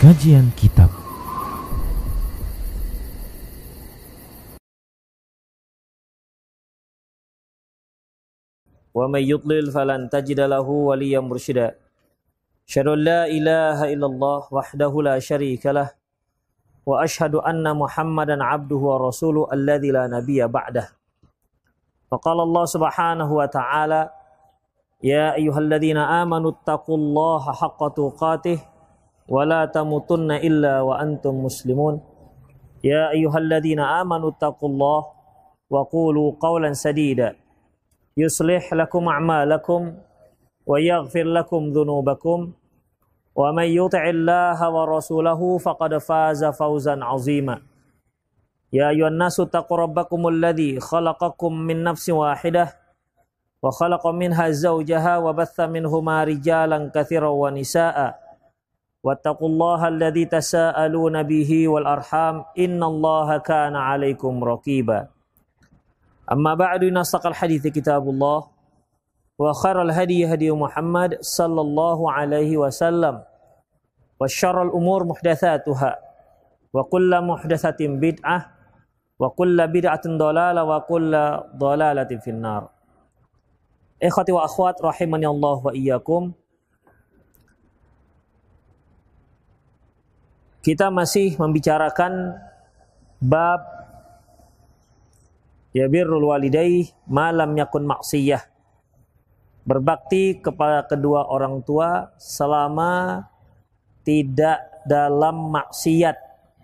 Kajian Kitab. Wa may yudlil falan tajida lahu waliyyan mursyida. Asyhadu an la ilaha illallah wahdahu la syarika lah wa asyhadu anna Muhammadan abduhu wa rasuluhu alladzi la nabiyya ba'dah. Faqala Allah Subhanahu wa ta'ala, ya ayyuhalladzina amanu taqullaha haqqa tuqatih wa la tamutunna illa wa antum muslimun. Ya ayyuhalladzina amanu taqullaha wa qulu qawlan sadida yuslih lakum a'malakum wa yaghfir lakum dhunubakum wa may yuti'illaha wa rasulahu faqad faza fawzan 'azima. Ya ayyuhan nasu taqu rabbakumul ladzi khalaqakum min nafsin wahidah wa khalaqa minha zawjaha wa batha minhuma rijalan katsiran wa nisaa'a wattaqullaha alladzi tasaaluna bihi wal arham innallaha kana 'alaikum raqiba. Amma ba'du, nasaqal hadithi kitabullah wa khairal hadi hadi Muhammad sallallahu alaihi wasallam wa syarrul umur muhdatsatuha wa kullu muhdatsatin bid'ah wa kullu bid'atin dhalalah wa kullu dhalalatin finnar. Ikhwati wa akhwat rahimani Allah wa iyyakum. Kita masih membicarakan bab ya birrul walidaih ma lam yakun maksiyah. Berbakti kepada kedua orang tua selama tidak dalam maksiat.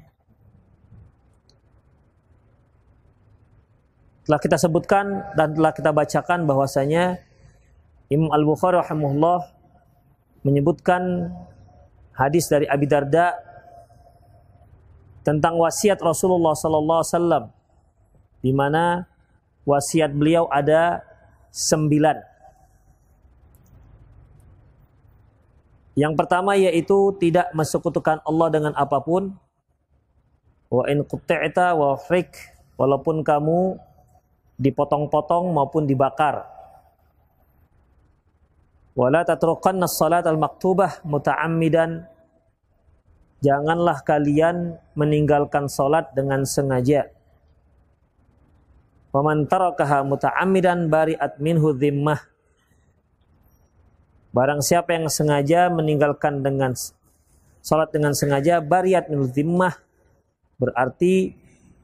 Telah kita sebutkan dan telah kita bacakan bahwasanya Imam Al-Bukhari rahimahullah menyebutkan hadis dari Abi Darda tentang wasiat Rasulullah sallallahu alaihi wasallam, di mana wasiat beliau ada 9. Yang pertama yaitu tidak mensekutukan Allah dengan apapun. Wa in qut'ita wa frik, walaupun kamu dipotong-potong maupun dibakar. Wala tatruqanna as-salat al-maktubah muta'ammidan, janganlah kalian meninggalkan salat dengan sengaja. Wa man tarakaha muta'ammidan bari'at minhu dhimmah, barang siapa yang sengaja meninggalkan dengan salat dengan sengaja, bari'at minhu dhimmah, berarti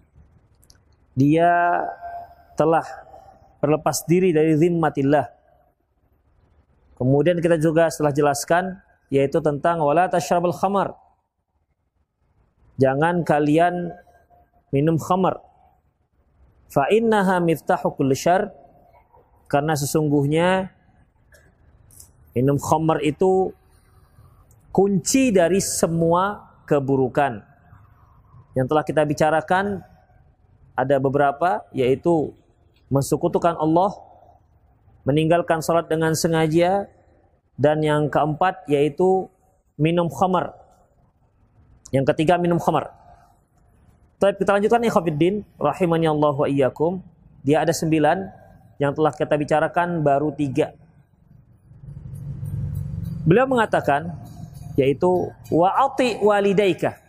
dia telah berlepas diri dari zimmatillah. Kemudian kita juga setelah jelaskan yaitu tentang wala tasyrabul khamar, jangan kalian minum khamar. Fa innaha miftahu kulli syarr, karena sesungguhnya minum khamar itu kunci dari semua keburukan. Yang telah kita bicarakan ada beberapa, yaitu mensekutukan Allah, meninggalkan salat dengan sengaja, dan yang keempat yaitu minum khamar. Yang ketiga minum khamar. Baik, kita lanjutkan ya khafiddin rahimani Allah wa iyyakum. Dia ada 9, yang telah kita bicarakan baru 3. Beliau mengatakan yaitu wa'ati walidaika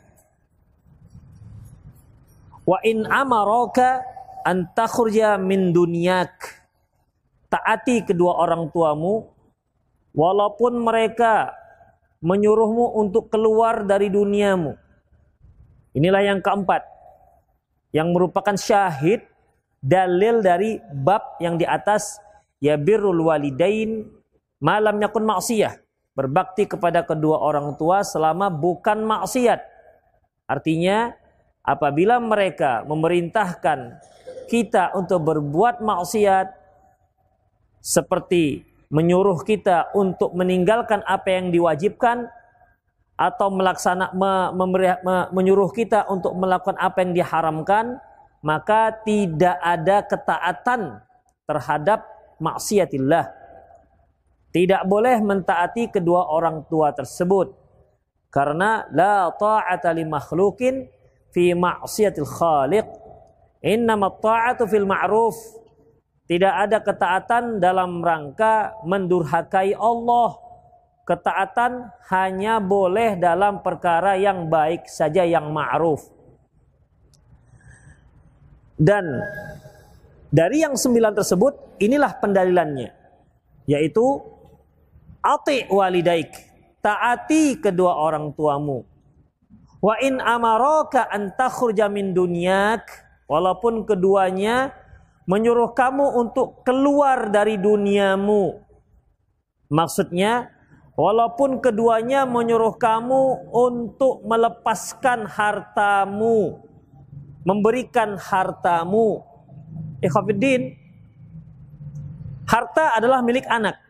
wa in amaraka an takhruja min dunyak, taati kedua orang tuamu walaupun mereka menyuruhmu untuk keluar dari duniamu. Inilah yang keempat, yang merupakan syahid dalil dari bab yang di atas, ya birrul walidain ma lam yakun maksiyah, berbakti kepada kedua orang tua selama bukan maksiat. Artinya apabila mereka memerintahkan kita untuk berbuat maksiat, seperti menyuruh kita untuk meninggalkan apa yang diwajibkan, atau menyuruh kita untuk melakukan apa yang diharamkan, maka tidak ada ketaatan terhadap maksiatillah. Tidak boleh mentaati kedua orang tua tersebut, karena la ta'ata li makhluqin fi ma'siyatil khaliq, innamat ta'atu fil ma'ruf. Tidak ada ketaatan dalam rangka mendurhakai Allah, Ketaatan hanya boleh dalam perkara yang baik saja, yang ma'ruf. Dan dari yang 9 tersebut, inilah pendalilannya, yaitu ati walidaik, taati kedua orang tuamu. Wa in amaraka an takhruja min dunyak, walaupun keduanya menyuruh kamu untuk keluar dari duniamu. Maksudnya, walaupun keduanya menyuruh kamu untuk melepaskan hartamu, memberikan hartamu. Ikhwatiddin, harta adalah milik anak.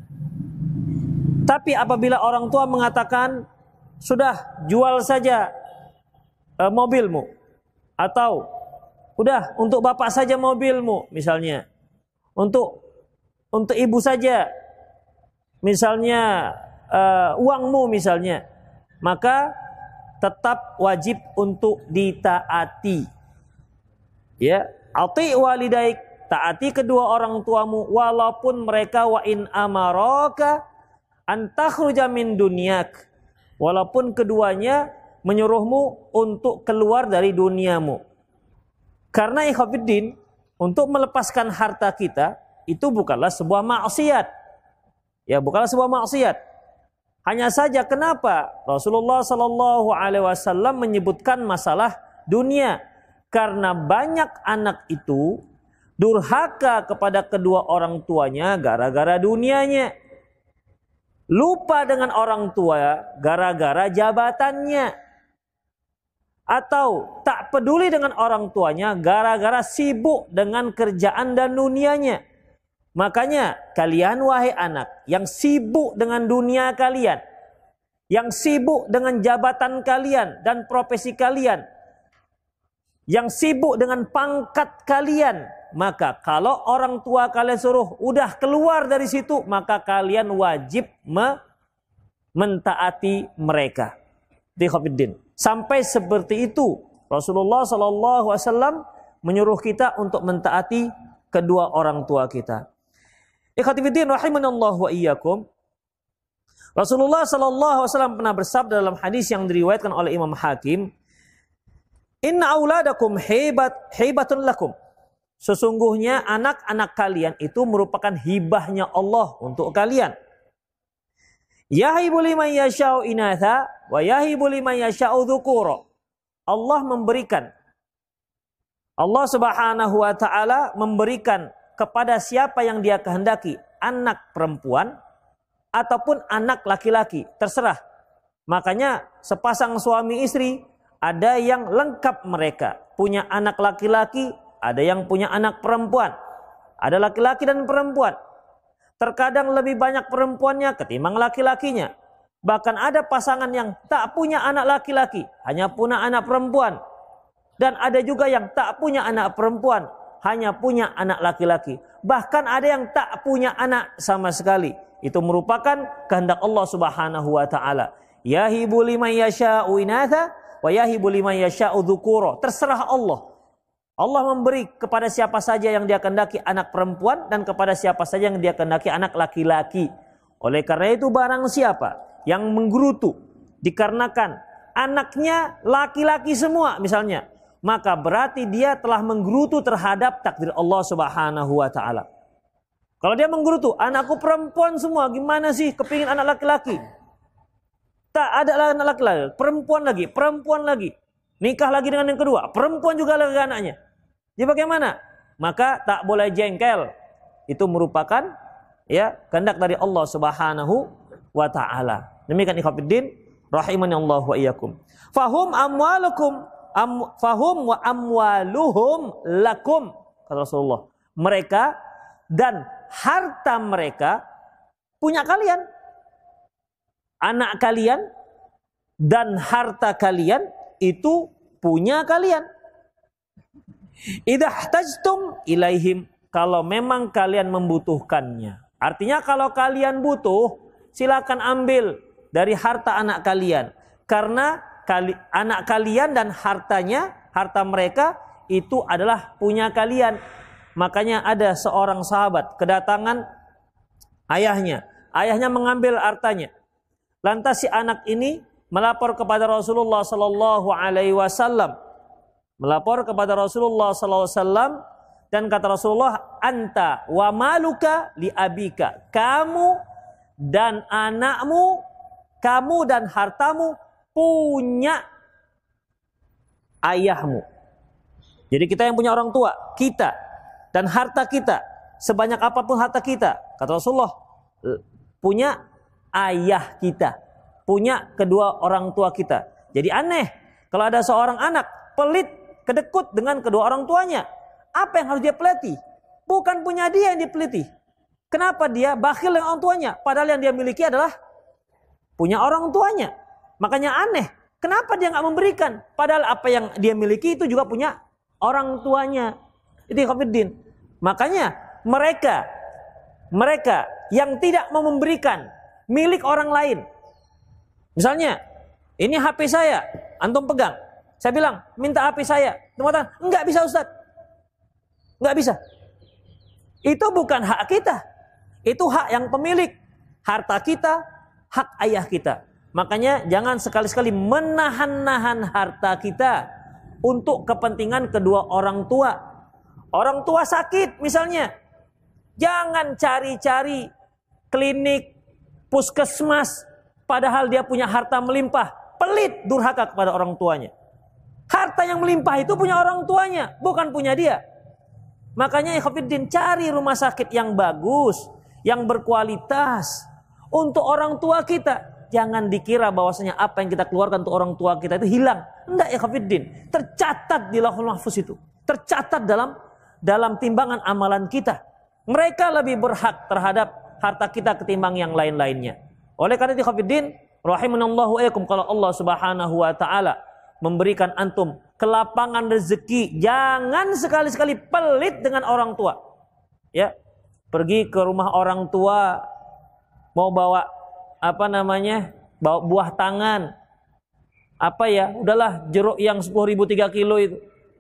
Tapi apabila orang tua mengatakan, sudah jual saja mobilmu, atau udah untuk bapak saja mobilmu misalnya, untuk ibu saja misalnya uangmu misalnya, maka tetap wajib untuk ditaati. Ya, ati walidaik, taati kedua orang tuamu walaupun mereka wa in amaraka an takhruja min dunyak, walaupun keduanya menyuruhmu untuk keluar dari duniamu. Karena ikhwatiddin, untuk melepaskan harta kita itu bukanlah sebuah maksiat. Ya, bukanlah sebuah maksiat. Hanya saja kenapa Rasulullah sallallahu alaihi wasallam menyebutkan masalah dunia? Karena banyak anak itu durhaka kepada kedua orang tuanya gara-gara dunianya. Lupa dengan orang tua gara-gara jabatannya. Atau tak peduli dengan orang tuanya gara-gara sibuk dengan kerjaan dan dunianya. Makanya kalian wahai anak yang sibuk dengan dunia kalian, yang sibuk dengan jabatan kalian dan profesi kalian, yang sibuk dengan pangkat kalian, maka kalau orang tua kalian suruh udah keluar dari situ, maka kalian wajib mentaati mereka. Ikhwatiddin, sampai seperti itu Rasulullah sallallahu alaihi wasallam menyuruh kita untuk mentaati kedua orang tua kita. Ikhwatiddin rahimanallahu wa iyyakum. Rasulullah sallallahu alaihi wasallam pernah bersabda dalam hadis yang diriwayatkan oleh Imam Hakim, "Inna auladakum hibatun lakum." Sesungguhnya anak-anak kalian itu merupakan hibahnya Allah untuk kalian. Yahibu liman yasha'u inatha wa yahibu liman yasha'u dzukura. Allah Subhanahu wa taala memberikan kepada siapa yang Dia kehendaki anak perempuan ataupun anak laki-laki, terserah. Makanya sepasang suami istri ada yang lengkap mereka, punya anak laki-laki, ada yang punya anak perempuan. Ada laki-laki dan perempuan. Terkadang lebih banyak perempuannya ketimbang laki-lakinya. Bahkan ada pasangan yang tak punya anak laki-laki, hanya punya anak perempuan. Dan ada juga yang tak punya anak perempuan, hanya punya anak laki-laki. Bahkan ada yang tak punya anak sama sekali. Itu merupakan kehendak Allah Subhanahu wa taala. Yahibu liman yasha'u inatha wa yahibu liman yasha'u dzukura. Terserah Allah. Allah memberi kepada siapa saja yang Dia kehendaki anak perempuan dan kepada siapa saja yang Dia kehendaki anak laki-laki. Oleh karena itu barang siapa yang menggerutu dikarenakan anaknya laki-laki semua misalnya, maka berarti dia telah menggerutu terhadap takdir Allah Subhanahu wa taala. Kalau dia menggerutu, anakku perempuan semua, gimana sih kepingin anak laki-laki? Tak ada anak laki-laki, perempuan lagi. Nikah lagi dengan yang kedua, perempuan juga lagi anaknya. Jadi bagaimana? Maka tak boleh jengkel. Itu merupakan ya kehendak dari Allah Subhanahu wa taala. Demikian ikhwatiddin rahimanallahu wa iyyakum. Fahum wa amwaluhum lakum, kata Rasulullah. Mereka dan harta mereka punya kalian. Anak kalian dan harta kalian itu punya kalian. Idza ihtajtum ilaihim, kalau memang kalian membutuhkannya. Artinya kalau kalian butuh, silakan ambil dari harta anak kalian. Karena anak kalian dan harta mereka itu adalah punya kalian. Makanya ada seorang sahabat kedatangan ayahnya. Ayahnya mengambil hartanya. Lantas si anak ini melapor kepada Rasulullah sallallahu alaihi wasallam. Melapor kepada Rasulullah sallallahu alaihi wasallam dan kata Rasulullah, "Anta wa maluka li abika." Kamu dan anakmu, kamu dan hartamu punya ayahmu. Jadi kita yang punya orang tua, kita dan harta kita, sebanyak apapun harta kita, kata Rasulullah, punya ayah kita, punya kedua orang tua kita. Jadi aneh kalau ada seorang anak pelit, kedekut dengan kedua orang tuanya. Apa yang harus dia peliti? Bukan punya dia yang dipeliti. Kenapa dia bakhil dengan orang tuanya? Padahal yang dia miliki adalah punya orang tuanya. Makanya aneh, kenapa dia nggak memberikan? Padahal apa yang dia miliki itu juga punya orang tuanya. Itu ikhwatiddin. Makanya mereka yang tidak mau memberikan milik orang lain. Misalnya, ini HP saya, antum pegang. Saya bilang, minta HP saya. Teman-teman, enggak bisa Ustaz. Enggak bisa. Itu bukan hak kita. Itu hak yang pemilik. Harta kita, hak ayah kita. Makanya jangan sekali-sekali menahan-nahan harta kita untuk kepentingan kedua orang tua. Orang tua sakit misalnya. Jangan cari-cari klinik, puskesmas, padahal dia punya harta melimpah. Pelit, durhaka kepada orang tuanya. Harta yang melimpah itu punya orang tuanya, bukan punya dia. Makanya ikhwatiddin, cari rumah sakit yang bagus, yang berkualitas untuk orang tua kita. Jangan dikira bahwasanya apa yang kita keluarkan untuk orang tua kita itu hilang. Enggak ikhwatiddin, tercatat di Lauhul Mahfuz itu. Tercatat dalam timbangan amalan kita. Mereka lebih berhak terhadap harta kita ketimbang yang lain-lainnya. Oleh karena itu ikhwatiddin, rahimanallahu iyyakum, kalau Allah Subhanahu wa taala memberikan antum kelapangan rezeki, jangan sekali-sekali pelit dengan orang tua. Ya. Pergi ke rumah orang tua mau bawa bawa buah tangan. Udahlah jeruk yang 10.000 3 kilo itu.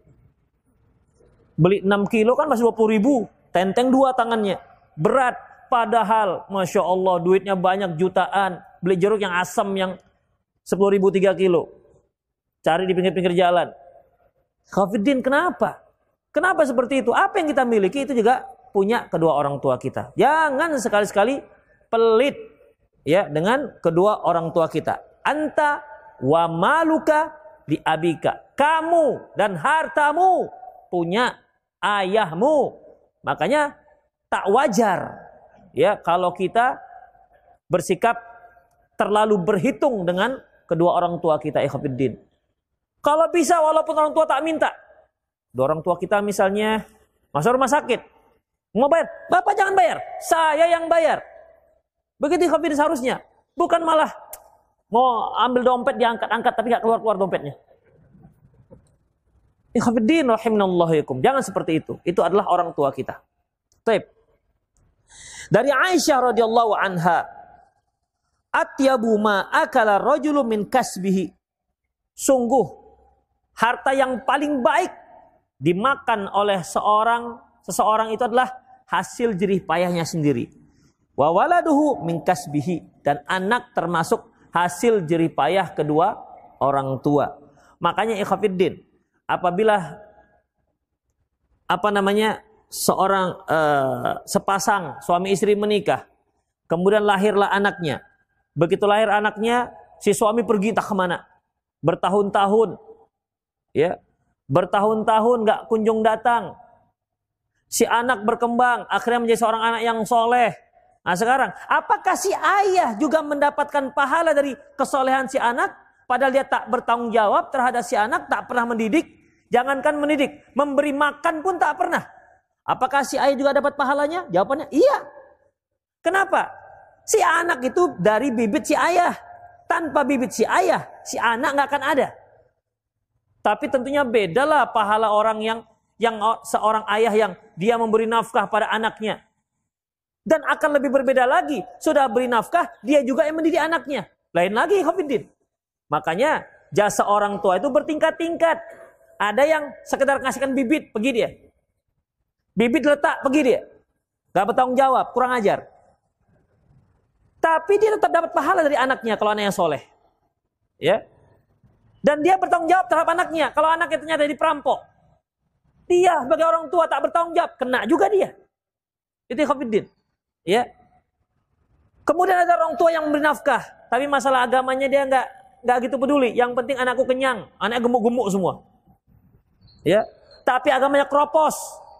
Beli 6 kilo kan masih 20.000. Tenteng 2 tangannya. Berat. Padahal, Masya Allah, duitnya banyak jutaan. Beli jeruk yang asam yang 10.000 3 kilo. Cari di pinggir-pinggir jalan. Khafiddin, kenapa? Kenapa seperti itu? Apa yang kita miliki itu juga punya kedua orang tua kita. Jangan sekali-sekali pelit ya dengan kedua orang tua kita. Anta wa maluka li abika. Kamu dan hartamu punya ayahmu. Makanya tak wajar ya kalau kita bersikap terlalu berhitung dengan kedua orang tua kita, ikhwatiddin. Kalau bisa walaupun orang tua tak minta. Dua orang tua kita misalnya masuk rumah sakit. Mau bayar? Bapak jangan bayar. Saya yang bayar. Begitu ikhwatiddin seharusnya. Bukan malah mau ambil dompet diangkat-angkat tapi gak keluar-keluar dompetnya. Ikhwatiddin rahimanallahu iyyakum. Jangan seperti itu. Itu adalah orang tua kita. Baik. Dari Aisyah radhiyallahu anha, atyabu ma akala rajulu min kasbihi. Sungguh harta yang paling baik dimakan oleh seseorang itu adalah hasil jerih payahnya sendiri. Wa waladuhu min kasbihi, dan anak termasuk hasil jerih payah kedua orang tua. Makanya ikhwatiddin, apabila seorang sepasang suami istri menikah, kemudian lahirlah anaknya. Begitu lahir anaknya, si suami pergi entah kemana, bertahun-tahun, ya, bertahun-tahun nggak kunjung datang. Si anak berkembang, akhirnya menjadi seorang anak yang soleh. Nah sekarang, apakah si ayah juga mendapatkan pahala dari kesolehan si anak? Padahal dia tak bertanggung jawab terhadap si anak, tak pernah mendidik. Jangankan mendidik, memberi makan pun tak pernah. Apakah si ayah juga dapat pahalanya? Jawabannya iya. Kenapa? Si anak itu dari bibit si ayah. Tanpa bibit si ayah, si anak nggak akan ada. Tapi tentunya bedalah pahala orang yang seorang ayah yang dia memberi nafkah pada anaknya. Dan akan lebih berbeda lagi, sudah beri nafkah, dia juga yang mendidik anaknya. Lain lagi, Khafiddin. Makanya jasa orang tua itu bertingkat-tingkat. Ada yang sekedar ngasihkan bibit, pergi dia. Bibit letak, pergi dia. Gak bertanggung jawab, kurang ajar. Tapi dia tetap dapat pahala dari anaknya kalau anaknya soleh. Ya. Dan dia bertanggung jawab terhadap anaknya. Kalau anaknya ternyata jadi perampok, dia sebagai orang tua tak bertanggung jawab, kena juga dia. Itu ikhwatiddin. Ya. Kemudian ada orang tua yang memberi nafkah, tapi masalah agamanya dia nggak gitu peduli. Yang penting anakku kenyang, anaknya gemuk-gemuk semua. Ya. Tapi agamanya keropos.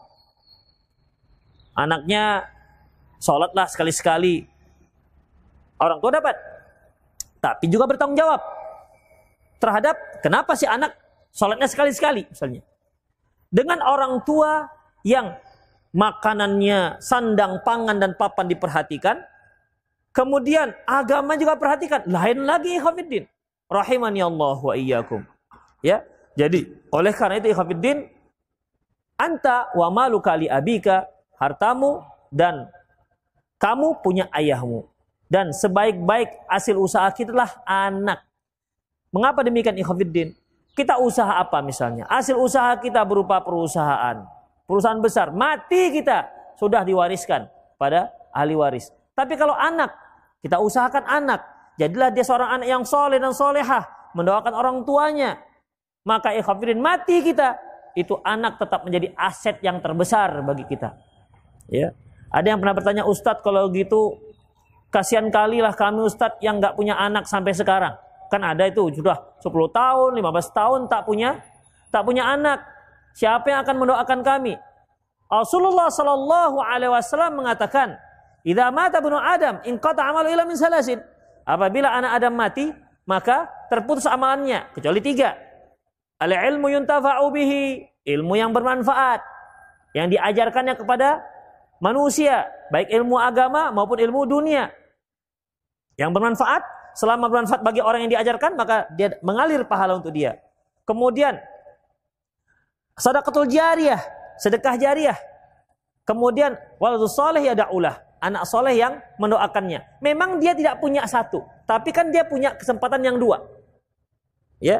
Anaknya sholatlah sekali-sekali. Orang tua dapat. Tapi juga bertanggung jawab terhadap kenapa si anak sholatnya sekali-sekali misalnya. Dengan orang tua yang makanannya, sandang, pangan, dan papan diperhatikan. Kemudian agama juga perhatikan. Lain lagi ikhwatiddin. Rahimani Allah wa iyyakum. Ya. Jadi oleh karena itu ikhwatiddin, anta wa maluka li abika, hartamu dan kamu punya ayahmu. Dan sebaik-baik hasil usaha kita adalah anak. Mengapa demikian ikhwatiddin? Kita usaha apa misalnya? Hasil usaha kita berupa perusahaan. Perusahaan besar. Mati kita sudah diwariskan pada ahli waris. Tapi kalau anak, kita usahakan anak. Jadilah dia seorang anak yang soleh dan solehah. Mendoakan orang tuanya. Maka ikhwatiddin, mati kita. Itu anak tetap menjadi aset yang terbesar bagi kita. Ya. Ada yang pernah bertanya, Ustadz kalau gitu kasihan kalilah kami Ustadz yang gak punya anak sampai sekarang. Kan ada itu sudah 10 tahun, 15 tahun tak punya anak. Siapa yang akan mendoakan kami? Rasulullah sallallahu alaihi wasallam mengatakan, "Idza mata ibnu Adam, inqata 'amalu illa min salasin." Apabila anak Adam mati, maka terputus amalannya kecuali 3. Al-ilmu yuntafa'u bihi, ilmu yang bermanfaat yang diajarkannya kepada manusia, baik ilmu agama maupun ilmu dunia. Yang bermanfaat, selama bermanfaat bagi orang yang diajarkan, maka dia mengalir pahala untuk dia. Kemudian sedekahul jariyah, sedekah jariyah. Kemudian waladus saleh yad'ulah, anak soleh yang mendoakannya. Memang dia tidak punya satu, tapi kan dia punya kesempatan yang 2. Ya.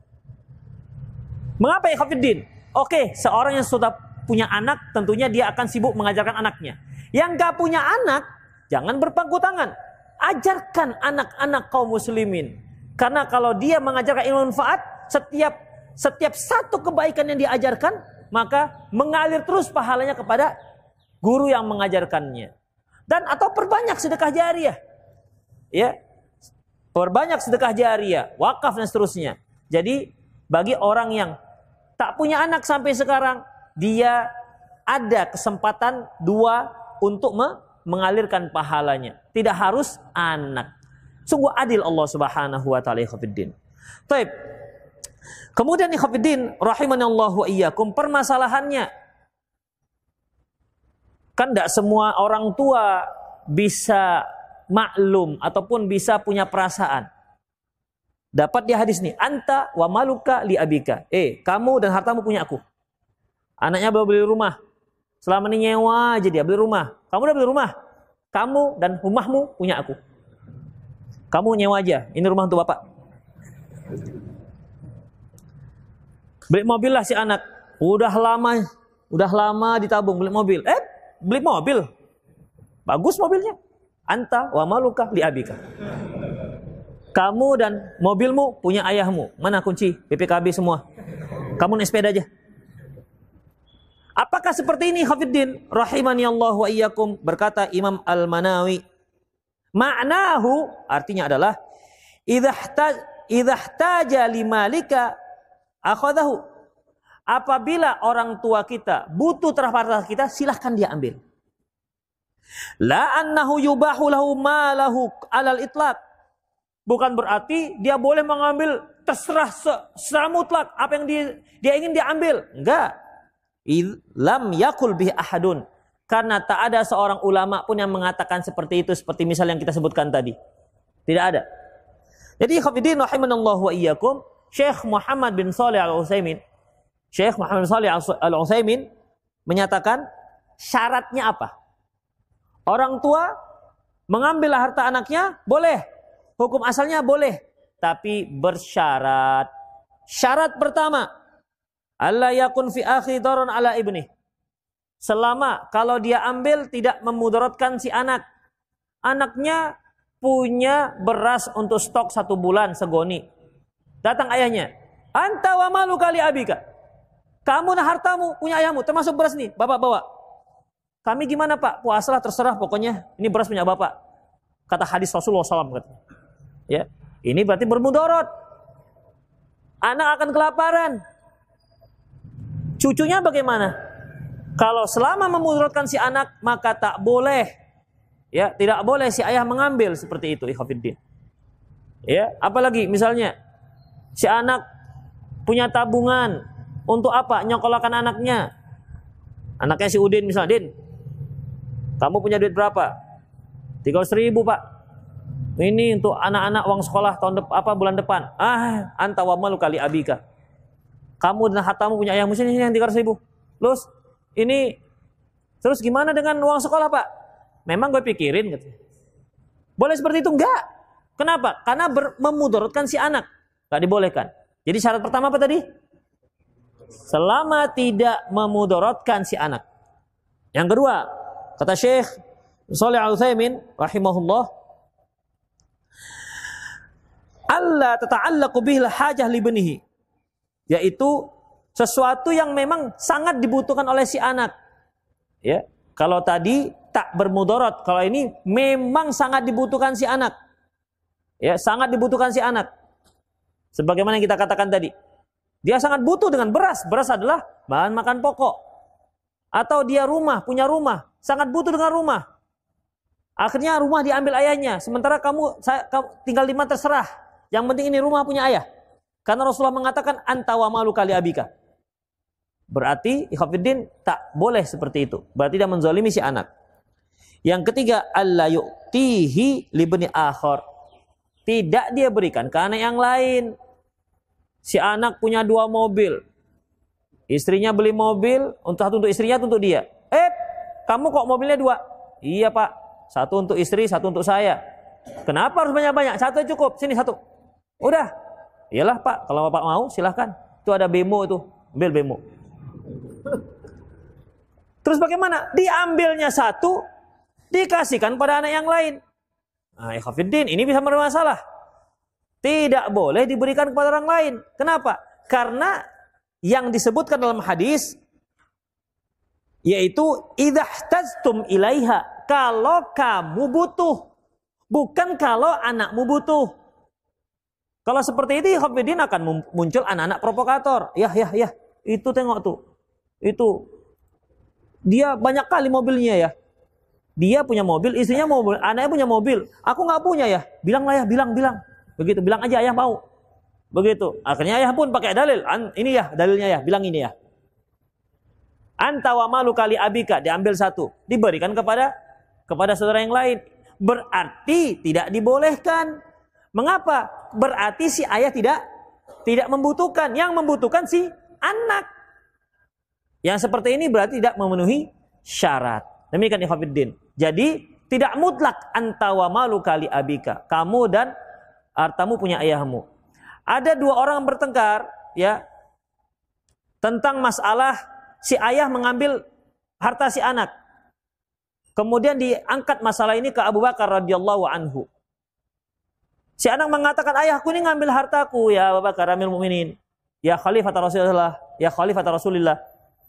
Mengapa ikhwatiddin? Oke, seorang yang sudah punya anak, tentunya dia akan sibuk mengajarkan anaknya. Yang gak punya anak, jangan berpangku tangan. Ajarkan anak-anak kaum muslimin. Karena kalau dia mengajarkan ilmu manfaat, setiap satu kebaikan yang diajarkan, maka mengalir terus pahalanya kepada guru yang mengajarkannya. Dan atau perbanyak sedekah jariyah. Ya. Perbanyak sedekah jariyah, wakaf dan seterusnya. Jadi bagi orang yang tak punya anak sampai sekarang, dia ada kesempatan 2 untuk mengalirkan pahalanya. Tidak harus anak. Sungguh adil Allah Subhanahu wa taala ikhwatiddin. Baik. Kemudian ikhwatiddin rahimanallahu wa iyyakum, permasalahannya kan tidak semua orang tua bisa maklum ataupun bisa punya perasaan. Dapat di hadis nih, anta wa maluka li abika. Kamu dan hartamu punya aku. Anaknya belum beli rumah. Selama ini nyewa aja dia beli rumah. Kamu udah beli rumah. Kamu dan rumahmu punya aku. Kamu nyewa aja. Ini rumah untuk bapak. Beli mobil lah si anak. Udah lama ditabung beli mobil. Beli mobil. Bagus mobilnya. Anta wa maluka li abika. Kamu dan mobilmu punya ayahmu. Mana kunci? BPKB semua. Kamu naik sepeda aja. Apakah seperti ini hafiddin? Rahimani Allah wa iyyakum, berkata Imam Al-Manawi. Ma'nahu, artinya adalah idza ihtaja limalika akhadahu. Apabila orang tua kita butuh terhadap harta kita, silahkan dia ambil. La annahu yubahu lahu malahu alal itlaq. Bukan berarti dia boleh mengambil terserah secara mutlak apa yang dia ingin dia ambil. Enggak. Lam yakul bih ahadun, karena tak ada seorang ulama pun yang mengatakan seperti itu, seperti misal yang kita sebutkan tadi. Tidak ada. Jadi khafidin rahimanallahu wa iyyakum, Syekh Muhammad bin Shalih Al-Utsaimin menyatakan syaratnya apa? Orang tua mengambil harta anaknya boleh, hukum asalnya boleh, tapi bersyarat. Syarat pertama, alla yakun fi akhi daron ala ibnih. Selama kalau dia ambil tidak memudaratkan si anak. Anaknya punya beras untuk stok 1 bulan segoni. Datang ayahnya, anta wa maluka li abika. Kamu dan hartamu punya ayahmu, termasuk beras nih, bapak bawa. Kami gimana pak? Puasalah terserah, pokoknya ini beras punya bapak. Kata hadis Rasulullah SAW. Ya, ini berarti bermudorot. Anak akan kelaparan. Cucunya bagaimana? Kalau selama memudorotkan si anak, maka tak boleh. Ya, tidak boleh si ayah mengambil seperti itu, ikhwatiddin. Ya, apalagi misalnya si anak punya tabungan untuk apa? Nyekolahkan anaknya. Anaknya si Udin misalnya, Din, kamu punya duit berapa? 300.000 pak. Ini untuk anak-anak uang sekolah bulan depan. Anta wa maluka li abika. Kamu dan hartamu punya ayahmu, sini yang 300.000. Terus gimana dengan uang sekolah pak? Memang gue pikirin gitu. Boleh seperti itu? Enggak. Kenapa? Karena memudorotkan si anak. Enggak dibolehkan. Jadi syarat pertama apa tadi? Selama tidak memudorotkan si anak. Yang kedua, kata Syekh Shalih Al-Utsaimin rahimahullah, alla tata'allaqu bihil hajah li banihi, yaitu sesuatu yang memang sangat dibutuhkan oleh si anak. Ya, kalau tadi tak bermudorot, kalau ini memang sangat dibutuhkan si anak. Ya, sangat dibutuhkan si anak. Sebagaimana yang kita katakan tadi. Dia sangat butuh dengan beras. Beras adalah bahan makan pokok. Atau dia punya rumah, sangat butuh dengan rumah. Akhirnya rumah diambil ayahnya, sementara kamu tinggal di mana terserah. Yang penting ini rumah punya ayah. Karena Rasulullah mengatakan anta wa maluka li abika. Berarti ikhwatiddin tak boleh seperti itu. Berarti dia menzalimi si anak. Yang ketiga, alla yu'tihi li bani akhar. Tidak dia berikan ke anak yang lain. Si anak punya 2 mobil. Istrinya beli mobil, satu untuk istrinya, satu untuk dia. Kamu kok mobilnya 2? Iya pak, 1 untuk istri, 1 untuk saya. Kenapa harus banyak-banyak? 1 cukup, sini 1. Udah. Iyalah pak, kalau bapak mau silahkan. Itu ada bemo itu, ambil bemo. Terus bagaimana? Diambilnya 1, dikasihkan pada anak yang lain. Nah, ikhwatiddin, ini bisa bermasalah. Tidak boleh diberikan kepada orang lain. Kenapa? Karena yang disebutkan dalam hadis yaitu idhahtajtum ilaiha, kalau kamu butuh, bukan kalau anakmu butuh. Kalau seperti itu, ikhwatiddin, akan muncul anak-anak provokator. Ya, itu tengok tuh. Itu dia banyak kali mobilnya ya. Dia punya mobil, istrinya mobil, anaknya punya mobil. Aku nggak punya ya. Bilanglah ya, bilang. Begitu, bilang aja ayah mau. Begitu. Akhirnya ayah pun pakai dalil. Ini ya dalilnya ya, bilang ini ya. Anta wa maluka li abika, diambil 1, diberikan kepada saudara yang lain. Berarti tidak dibolehkan. Mengapa? Berarti si ayah tidak membutuhkan. Yang membutuhkan si anak. Yang seperti ini berarti tidak memenuhi syarat. Demikian ikhwatiddin. Jadi tidak mutlak anta wa maluka li abika. Kamu dan hartamu punya ayahmu. Ada 2 orang bertengkar ya tentang masalah si ayah mengambil harta si anak. Kemudian diangkat masalah ini ke Abu Bakar radhiyallahu anhu. Si anak mengatakan, ayahku ini ngambil hartaku ya Abu Bakar Amirul Mukminin. Ya Khalifah Rasulullah.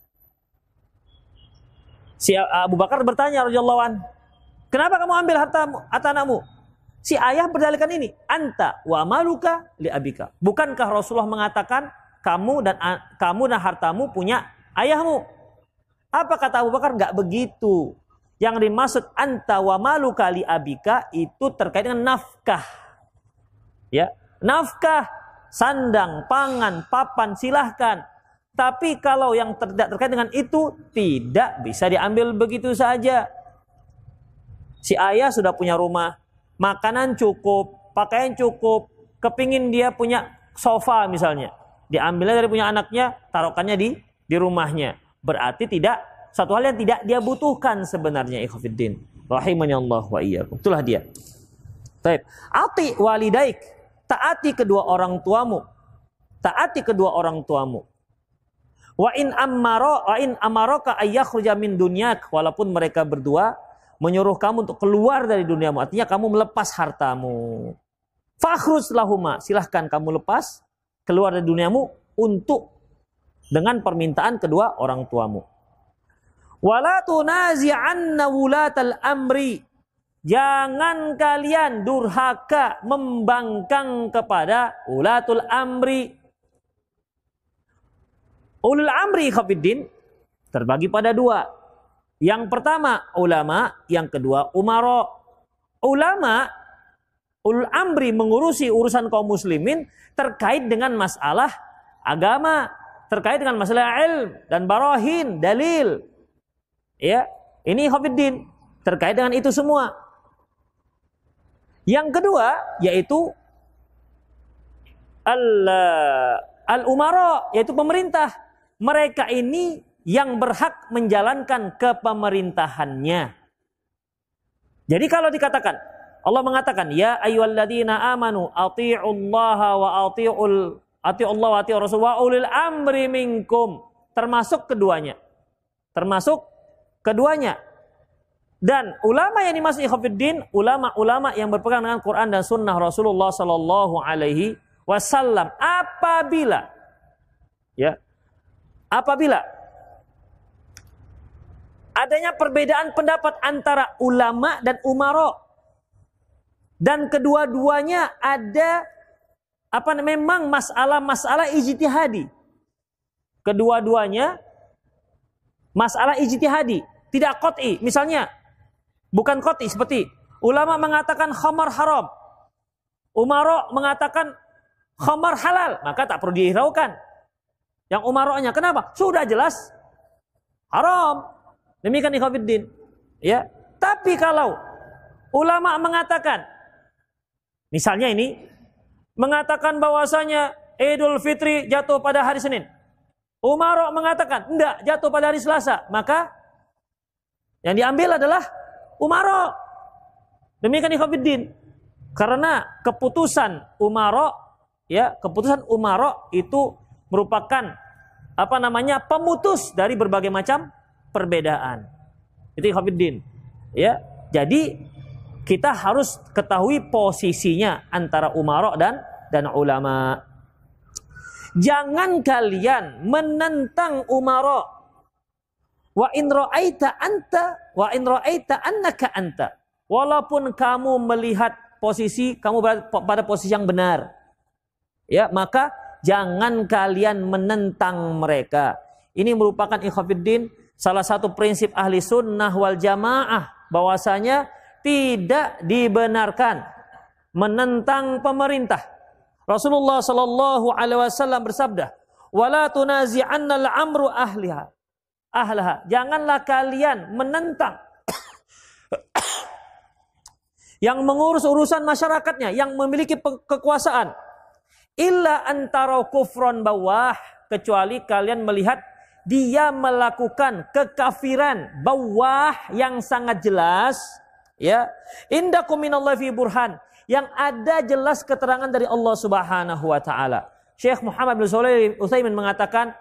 Si Abu Bakar bertanya radhiyallahu anhu, kenapa kamu ambil harta anakmu? Si ayah berdalilkan ini, anta wa maluka li abika. Bukankah Rasulullah mengatakan kamu dan hartamu punya ayahmu? Apa kata Abu Bakar? Enggak begitu. Yang dimaksud anta wa maluka li abika itu terkait dengan nafkah. Ya, nafkah, sandang, pangan, papan silahkan. Tapi kalau yang tidak terkait dengan itu tidak bisa diambil begitu saja. Si ayah sudah punya rumah, makanan cukup, pakaian cukup, kepingin dia punya sofa misalnya, diambilnya dari punya anaknya, taruhkannya di rumahnya. Berarti satu hal yang tidak dia butuhkan sebenarnya, ikhwatiddin. Rahimani Allah wa iyyakum. Itulah dia. Baik. Ati walidaik, taati kedua orang tuamu. Taati kedua orang tuamu. Wa in amaraka ayyakhruja min dunyak, walaupun mereka berdua menyuruh kamu untuk keluar dari duniamu, artinya kamu melepas hartamu. Fakhruj lahuma, silahkan kamu lepas keluar dari duniamu untuk dengan permintaan kedua orang tuamu. Wala tunazi'anna wulatal amri, jangan kalian durhaka membangkang kepada ulatul amri. Ulul amri khafiddin terbagi pada dua. Yang pertama ulama, yang kedua umara. Ulama, ulul amri mengurusi urusan kaum muslimin terkait dengan masalah agama, terkait dengan masalah ilm dan barahin, dalil. Ya, ini khafiddin terkait dengan itu semua. Yang kedua yaitu al-umara, yaitu pemerintah. Mereka ini yang berhak menjalankan kepemerintahannya. Jadi kalau dikatakan, Allah mengatakan, ya ayyuhalladzina amanu athi'ullaha wa athi'ullaha wa athi'ur rasul wa ulil amri minkum, termasuk keduanya. Termasuk keduanya. Dan ulama yang dimaksud ikhwatiddin, ulama-ulama yang berpegang dengan Quran dan sunnah Rasulullah sallallahu alaihi wasallam. Apabila adanya perbedaan pendapat antara ulama dan umara, dan kedua-duanya ada memang masalah ijtihadi. Kedua-duanya masalah ijtihadi, tidak qat'i. Misalnya bukan qat'i, seperti ulama mengatakan khamar haram, umara mengatakan khamar halal, maka tak perlu dihiraukan yang umaranya. Kenapa? Sudah jelas haram. Demikian ikhwatiddin. Ya. Tapi kalau ulama mengatakan, misalnya ini mengatakan bahwasanya Idul Fitri jatuh pada hari Senin, umara mengatakan enggak, jatuh pada hari Selasa, maka yang diambil adalah umara. Demikian ikhwatiddin. Karena keputusan umara, ya, keputusan umara itu merupakan pemutus dari berbagai macam perbedaan. Itu ikhwatiddin. Ya, jadi kita harus ketahui posisinya antara umara dan ulama. Jangan kalian menentang umara. Wa in ra'aita annaka anta. Walaupun kamu melihat posisi kamu pada posisi yang benar. Ya, maka jangan kalian menentang mereka. Ini merupakan ikhwatiddin salah satu prinsip ahli sunnah wal jamaah, bahwasanya tidak dibenarkan menentang pemerintah. Rasulullah sallallahu alaihi wasallam bersabda, "Wala tunazi'annal amru ahlaha." Janganlah kalian menentang yang mengurus urusan masyarakatnya, yang memiliki kekuasaan. Illa antara kufron bawah, kecuali kalian melihat dia melakukan kekafiran bawah yang sangat jelas, ya. Indakum minallahi fi burhan, yang ada jelas keterangan dari Allah Subhanahu wa taala. Syekh Muhammad bin Shalih Al-Utsaimin mengatakan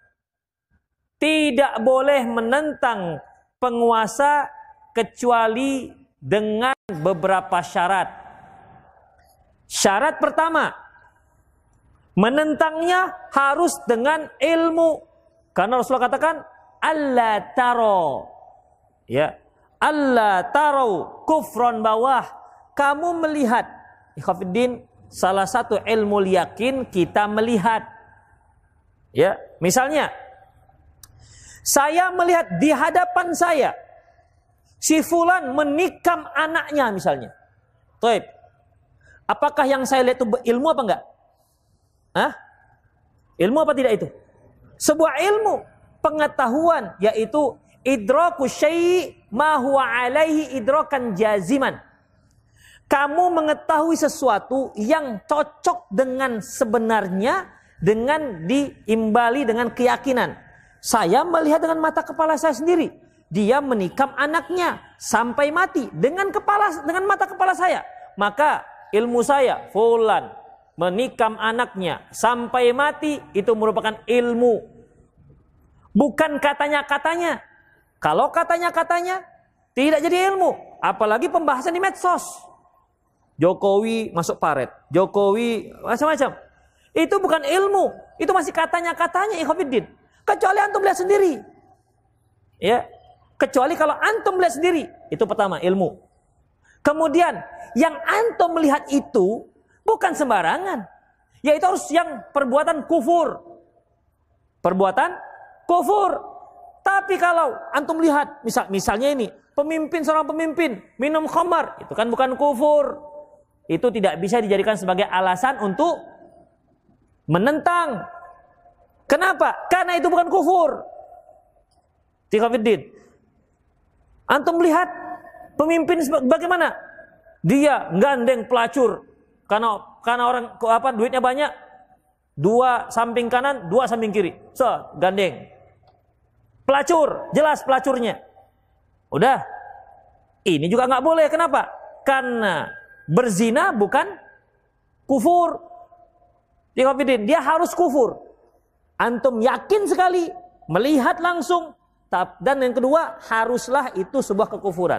tidak boleh menentang penguasa kecuali dengan beberapa syarat. Syarat pertama, menentangnya harus dengan ilmu. Karena Rasulullah katakan, Allah taro. Ya. Allah taro kufron bawah. Kamu melihat. Ikhwatiddin, salah satu ilmu yakin kita melihat. Ya. Misalnya, saya melihat di hadapan saya, si fulan menikam anaknya misalnya. Taib. Apakah yang saya lihat itu ilmu apa enggak? Hah? Ilmu apa tidak itu? Sebuah ilmu, pengetahuan, yaitu idraku syai' ma huwa alaihi idrakan jaziman. Kamu mengetahui sesuatu yang cocok dengan sebenarnya, dengan diimbali dengan keyakinan. Saya melihat dengan mata kepala saya sendiri, dia menikam anaknya sampai mati dengan mata kepala saya. Maka ilmu saya, fulan menikam anaknya sampai mati, itu merupakan ilmu. Bukan katanya-katanya. Kalau katanya-katanya, Tidak jadi ilmu. Apalagi pembahasan di medsos. Jokowi masuk paret. Jokowi macam-macam. Itu bukan ilmu. Itu masih katanya-katanya ikhwatiddin. Kecuali antum lihat sendiri. Ya. Kecuali kalau antum lihat sendiri. Itu pertama, ilmu. Kemudian, yang antum melihat itu bukan sembarangan. Yaitu harus yang perbuatan kufur. Perbuatan kufur. Tapi kalau antum lihat, misalnya ini, seorang pemimpin minum khamar, itu kan bukan kufur. Itu tidak bisa dijadikan sebagai alasan untuk menentang. Kenapa? Karena itu bukan kufur. Ikhwatiddin. Antum lihat pemimpin bagaimana? Dia gandeng pelacur. Karena orang duitnya banyak. 2 samping kanan, 2 samping kiri. Gandeng. Pelacur, jelas pelacurnya. Udah. Ini juga nggak boleh. Kenapa? Karena berzina bukan kufur. Dia harus kufur. Antum yakin sekali, melihat langsung. Dan yang kedua, haruslah itu sebuah kekufuran.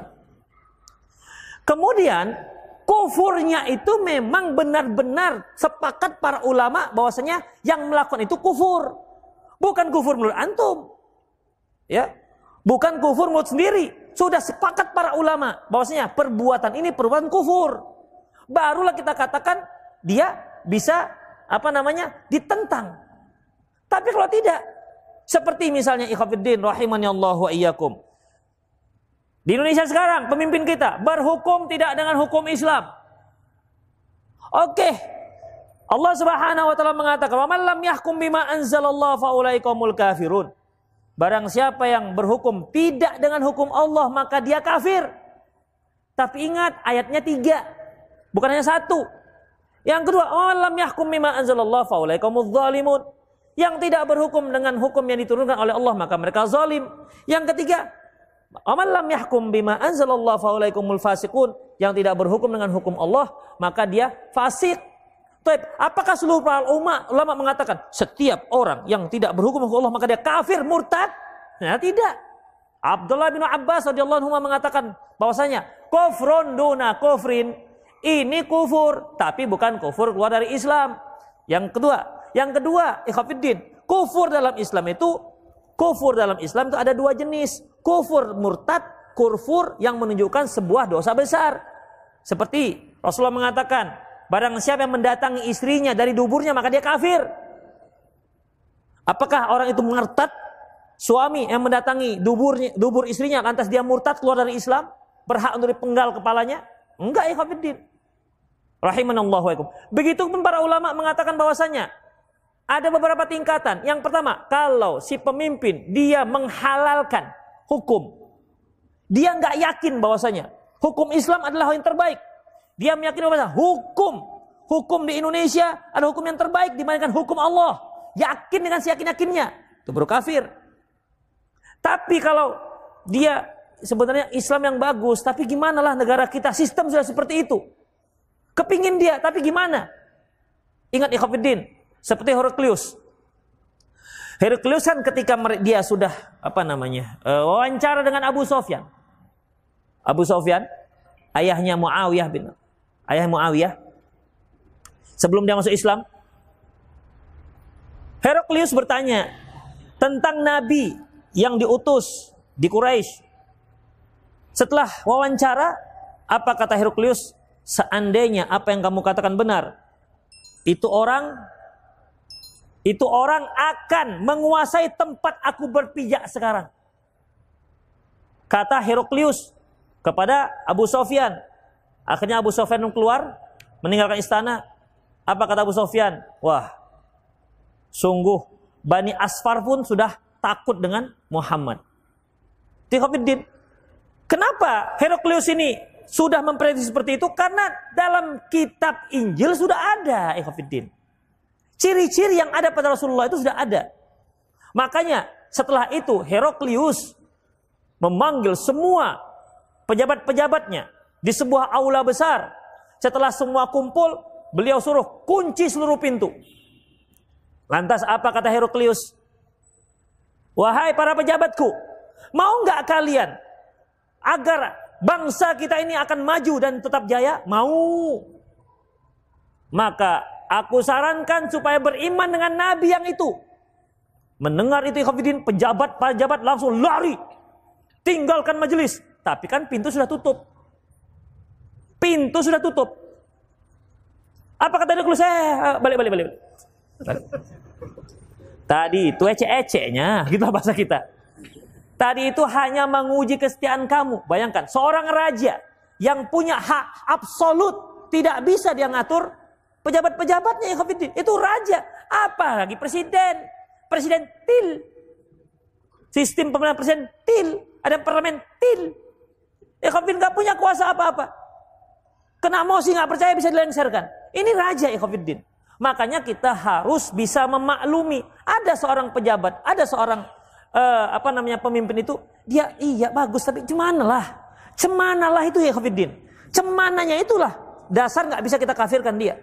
Kemudian, kufurnya itu memang benar-benar sepakat para ulama bahwasanya yang melakukan itu kufur. Bukan kufur menurut antum. Ya, bukan kufur menurut sendiri. Sudah sepakat para ulama bahwasanya perbuatan ini perbuatan kufur. Barulah kita katakan dia bisa ditentang. Tapi kalau tidak, seperti misalnya ikhwatiddin rahimani Allah wa iyyakum. Di Indonesia sekarang pemimpin kita berhukum tidak dengan hukum Islam. Oke. Allah Subhanahu wa taala mengatakan, "Wa man lam yahkum bima anzalallahu fa ulaika humul kafirun." Barang siapa yang berhukum tidak dengan hukum Allah, maka dia kafir. Tapi ingat, ayatnya 3. Bukan hanya 1. Yang kedua, "Wa man lam yahkum bima anzalallahu fa ulaika humudz zalimun." Yang tidak berhukum dengan hukum yang diturunkan oleh Allah, maka mereka zalim. Yang ketiga, "Aman lam yahkum bima anzalallahu fa ulaikumul fasiqun." Yang tidak berhukum dengan hukum Allah, maka dia fasik. Apakah seluruh para ulama mengatakan setiap orang yang tidak berhukum hukum Allah maka dia kafir, murtad? Nah, tidak. Abdullah bin Abbas radhiyallahu anhu mengatakan bahwasanya kufrun duna kufrin, ini kufur tapi bukan kufur keluar dari Islam. Yang kedua, ikhwatiddin, kufur dalam Islam itu ada 2 jenis. Kufur murtad, kufur yang menunjukkan sebuah dosa besar. Seperti Rasulullah mengatakan, barang siapa yang mendatangi istrinya dari duburnya maka dia kafir. Apakah orang itu murtad? Suami yang mendatangi dubur istrinya lantas dia murtad keluar dari Islam, berhak untuk dipenggal kepalanya? Enggak, ikhwatiddin. Rahimanallahu wa iyyakum. Begitupun para ulama mengatakan bahwasanya ada beberapa tingkatan. Yang pertama, kalau si pemimpin dia menghalalkan hukum, dia nggak yakin bahwasanya hukum Islam adalah yang terbaik. Dia meyakini bahwa hukum di Indonesia ada hukum yang terbaik dibandingkan hukum Allah. Yakin dengan seyakin-yakinnya, itu baru kafir. Tapi kalau dia sebenarnya Islam yang bagus, tapi gimana lah negara kita sistem sudah seperti itu. Kepingin dia, tapi gimana? Ingat ikhwatiddin, seperti Heraklius. Heraklius kan ketika dia sudah wawancara dengan Abu Sofyan. Abu Sofyan, ayahnya Muawiyah. Sebelum dia masuk Islam, Heraklius bertanya tentang nabi yang diutus di Quraisy. Setelah wawancara, apa kata Heraklius? Seandainya apa yang kamu katakan benar, itu orang akan menguasai tempat aku berpijak sekarang. Kata Heraklius kepada Abu Sofyan. Akhirnya Abu Sofyan keluar, meninggalkan istana. Apa kata Abu Sofyan? Wah, sungguh Bani Asfar pun sudah takut dengan Muhammad. Ikhwatiddin, kenapa Heraklius ini sudah memprediksi seperti itu? Karena dalam kitab Injil sudah ada, ikhwatiddin. Ciri-ciri yang ada pada Rasulullah itu sudah ada. Makanya setelah itu Heraklius memanggil semua pejabat-pejabatnya di sebuah aula besar. Setelah semua kumpul, beliau suruh kunci seluruh pintu. Lantas apa kata Heraklius? Wahai para pejabatku, mau nggak kalian agar bangsa kita ini akan maju dan tetap jaya? Mau. Maka aku sarankan supaya beriman dengan Nabi yang itu. Mendengar itu ikhwatiddin, pejabat langsung lari, tinggalkan majelis. Tapi kan pintu sudah tutup. Pintu sudah tutup. Apa kata dia? Saya balik. Tadi itu ece-ecenya, gitu bahasa kita. Tadi itu hanya menguji kesetiaan kamu. Bayangkan, seorang raja yang punya hak absolut, tidak bisa dia ngatur pejabat-pejabatnya, ikhwatiddin. Itu raja. Apa lagi presiden? Presiden til. Sistem pemilihan presiden til. Ada parlemen til. Ikhwatiddin gak punya kuasa apa-apa. Kena emosi gak percaya bisa dilengsarkan. Ini raja, ikhwatiddin. Makanya kita harus bisa memaklumi. Ada seorang pejabat, ada seorang pemimpin itu, dia iya bagus tapi cemanalah itu ya ikhwatiddin. Cemananya itulah dasar gak bisa kita kafirkan dia.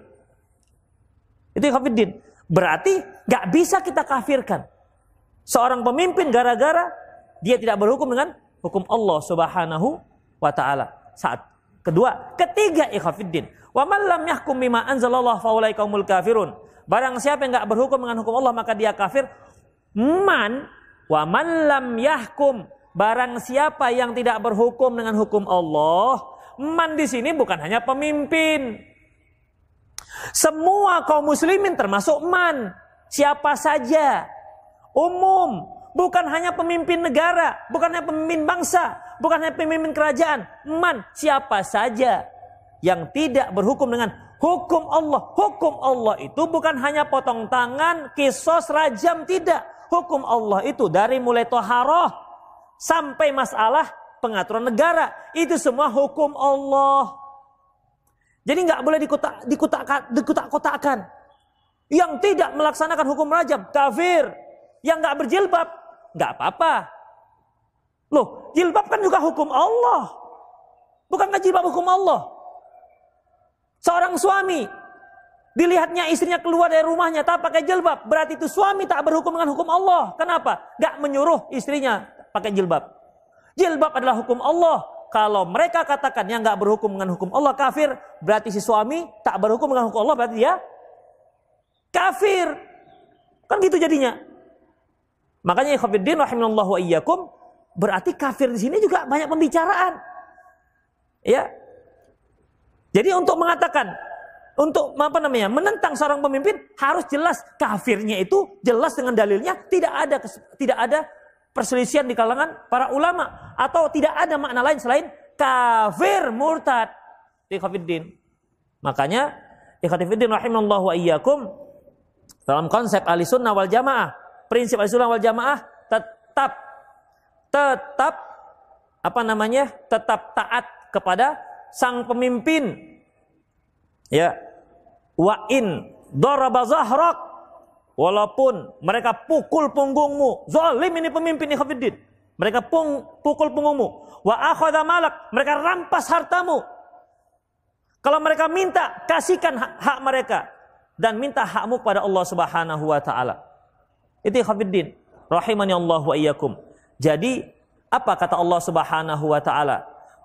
Itu ikhwatiddin. Berarti gak bisa kita kafirkan seorang pemimpin gara-gara dia tidak berhukum dengan hukum Allah Subhanahu wa ta'ala. Ketiga ikhwatiddin, wa man lam yahkum bima anzalallahu fa ulaika humul kafirun. Barang siapa yang enggak berhukum dengan hukum Allah maka dia kafir. Wa man lam yahkum, barang siapa yang tidak berhukum dengan hukum Allah. Man di sini bukan hanya pemimpin. Semua kaum muslimin termasuk man. Siapa saja. Umum, bukan hanya pemimpin negara, bukan hanya pemimpin bangsa, bukan hanya pemimpin kerajaan. Man, siapa saja yang tidak berhukum dengan hukum Allah. Hukum Allah itu bukan hanya potong tangan, kisos, rajam, tidak. Hukum Allah itu dari mulai toharoh sampai masalah pengaturan negara. Itu semua hukum Allah. Jadi nggak boleh dikotak-kotakan. Yang tidak melaksanakan hukum rajam, kafir. Yang nggak berjilbab, nggak apa-apa. Loh, jilbab kan juga hukum Allah. Bukankah jilbab hukum Allah? Seorang suami dilihatnya istrinya keluar dari rumahnya tak pakai jilbab, berarti itu suami tak berhukum dengan hukum Allah. Kenapa? Gak menyuruh istrinya pakai jilbab. Jilbab adalah hukum Allah. Kalau mereka katakan yang gak berhukum dengan hukum Allah kafir, berarti si suami tak berhukum dengan hukum Allah, berarti dia kafir. Kan gitu jadinya. Makanya ikhwatiddin rahimanallahu wa iyyakum, berarti kafir di sini juga banyak pembicaraan. Ya. Jadi untuk mengatakan, untuk menentang seorang pemimpin harus jelas kafirnya itu jelas dengan dalilnya, tidak ada perselisihan di kalangan para ulama atau tidak ada makna lain selain kafir murtad. Ikhwatiddin. Makanya ikhwatiddin rahimanallahu wa iyyakum, dalam konsep Ahlussunnah wal Jamaah, prinsip Ahlussunnah wal Jamaah tetap taat kepada sang pemimpin. Ya. Wa in daraba zahrak, walaupun mereka pukul punggungmu. Zalim ini pemimpin ikhwatiddin. Mereka pukul punggungmu. Wa akhadha malak, mereka rampas hartamu. Kalau mereka minta, kasihkan hak mereka dan minta hakmu pada Allah Subhanahu wa taala. Itu ikhwatiddin rahimani Allah wa iyyakum. Jadi apa kata Allah Subhanahu wa taala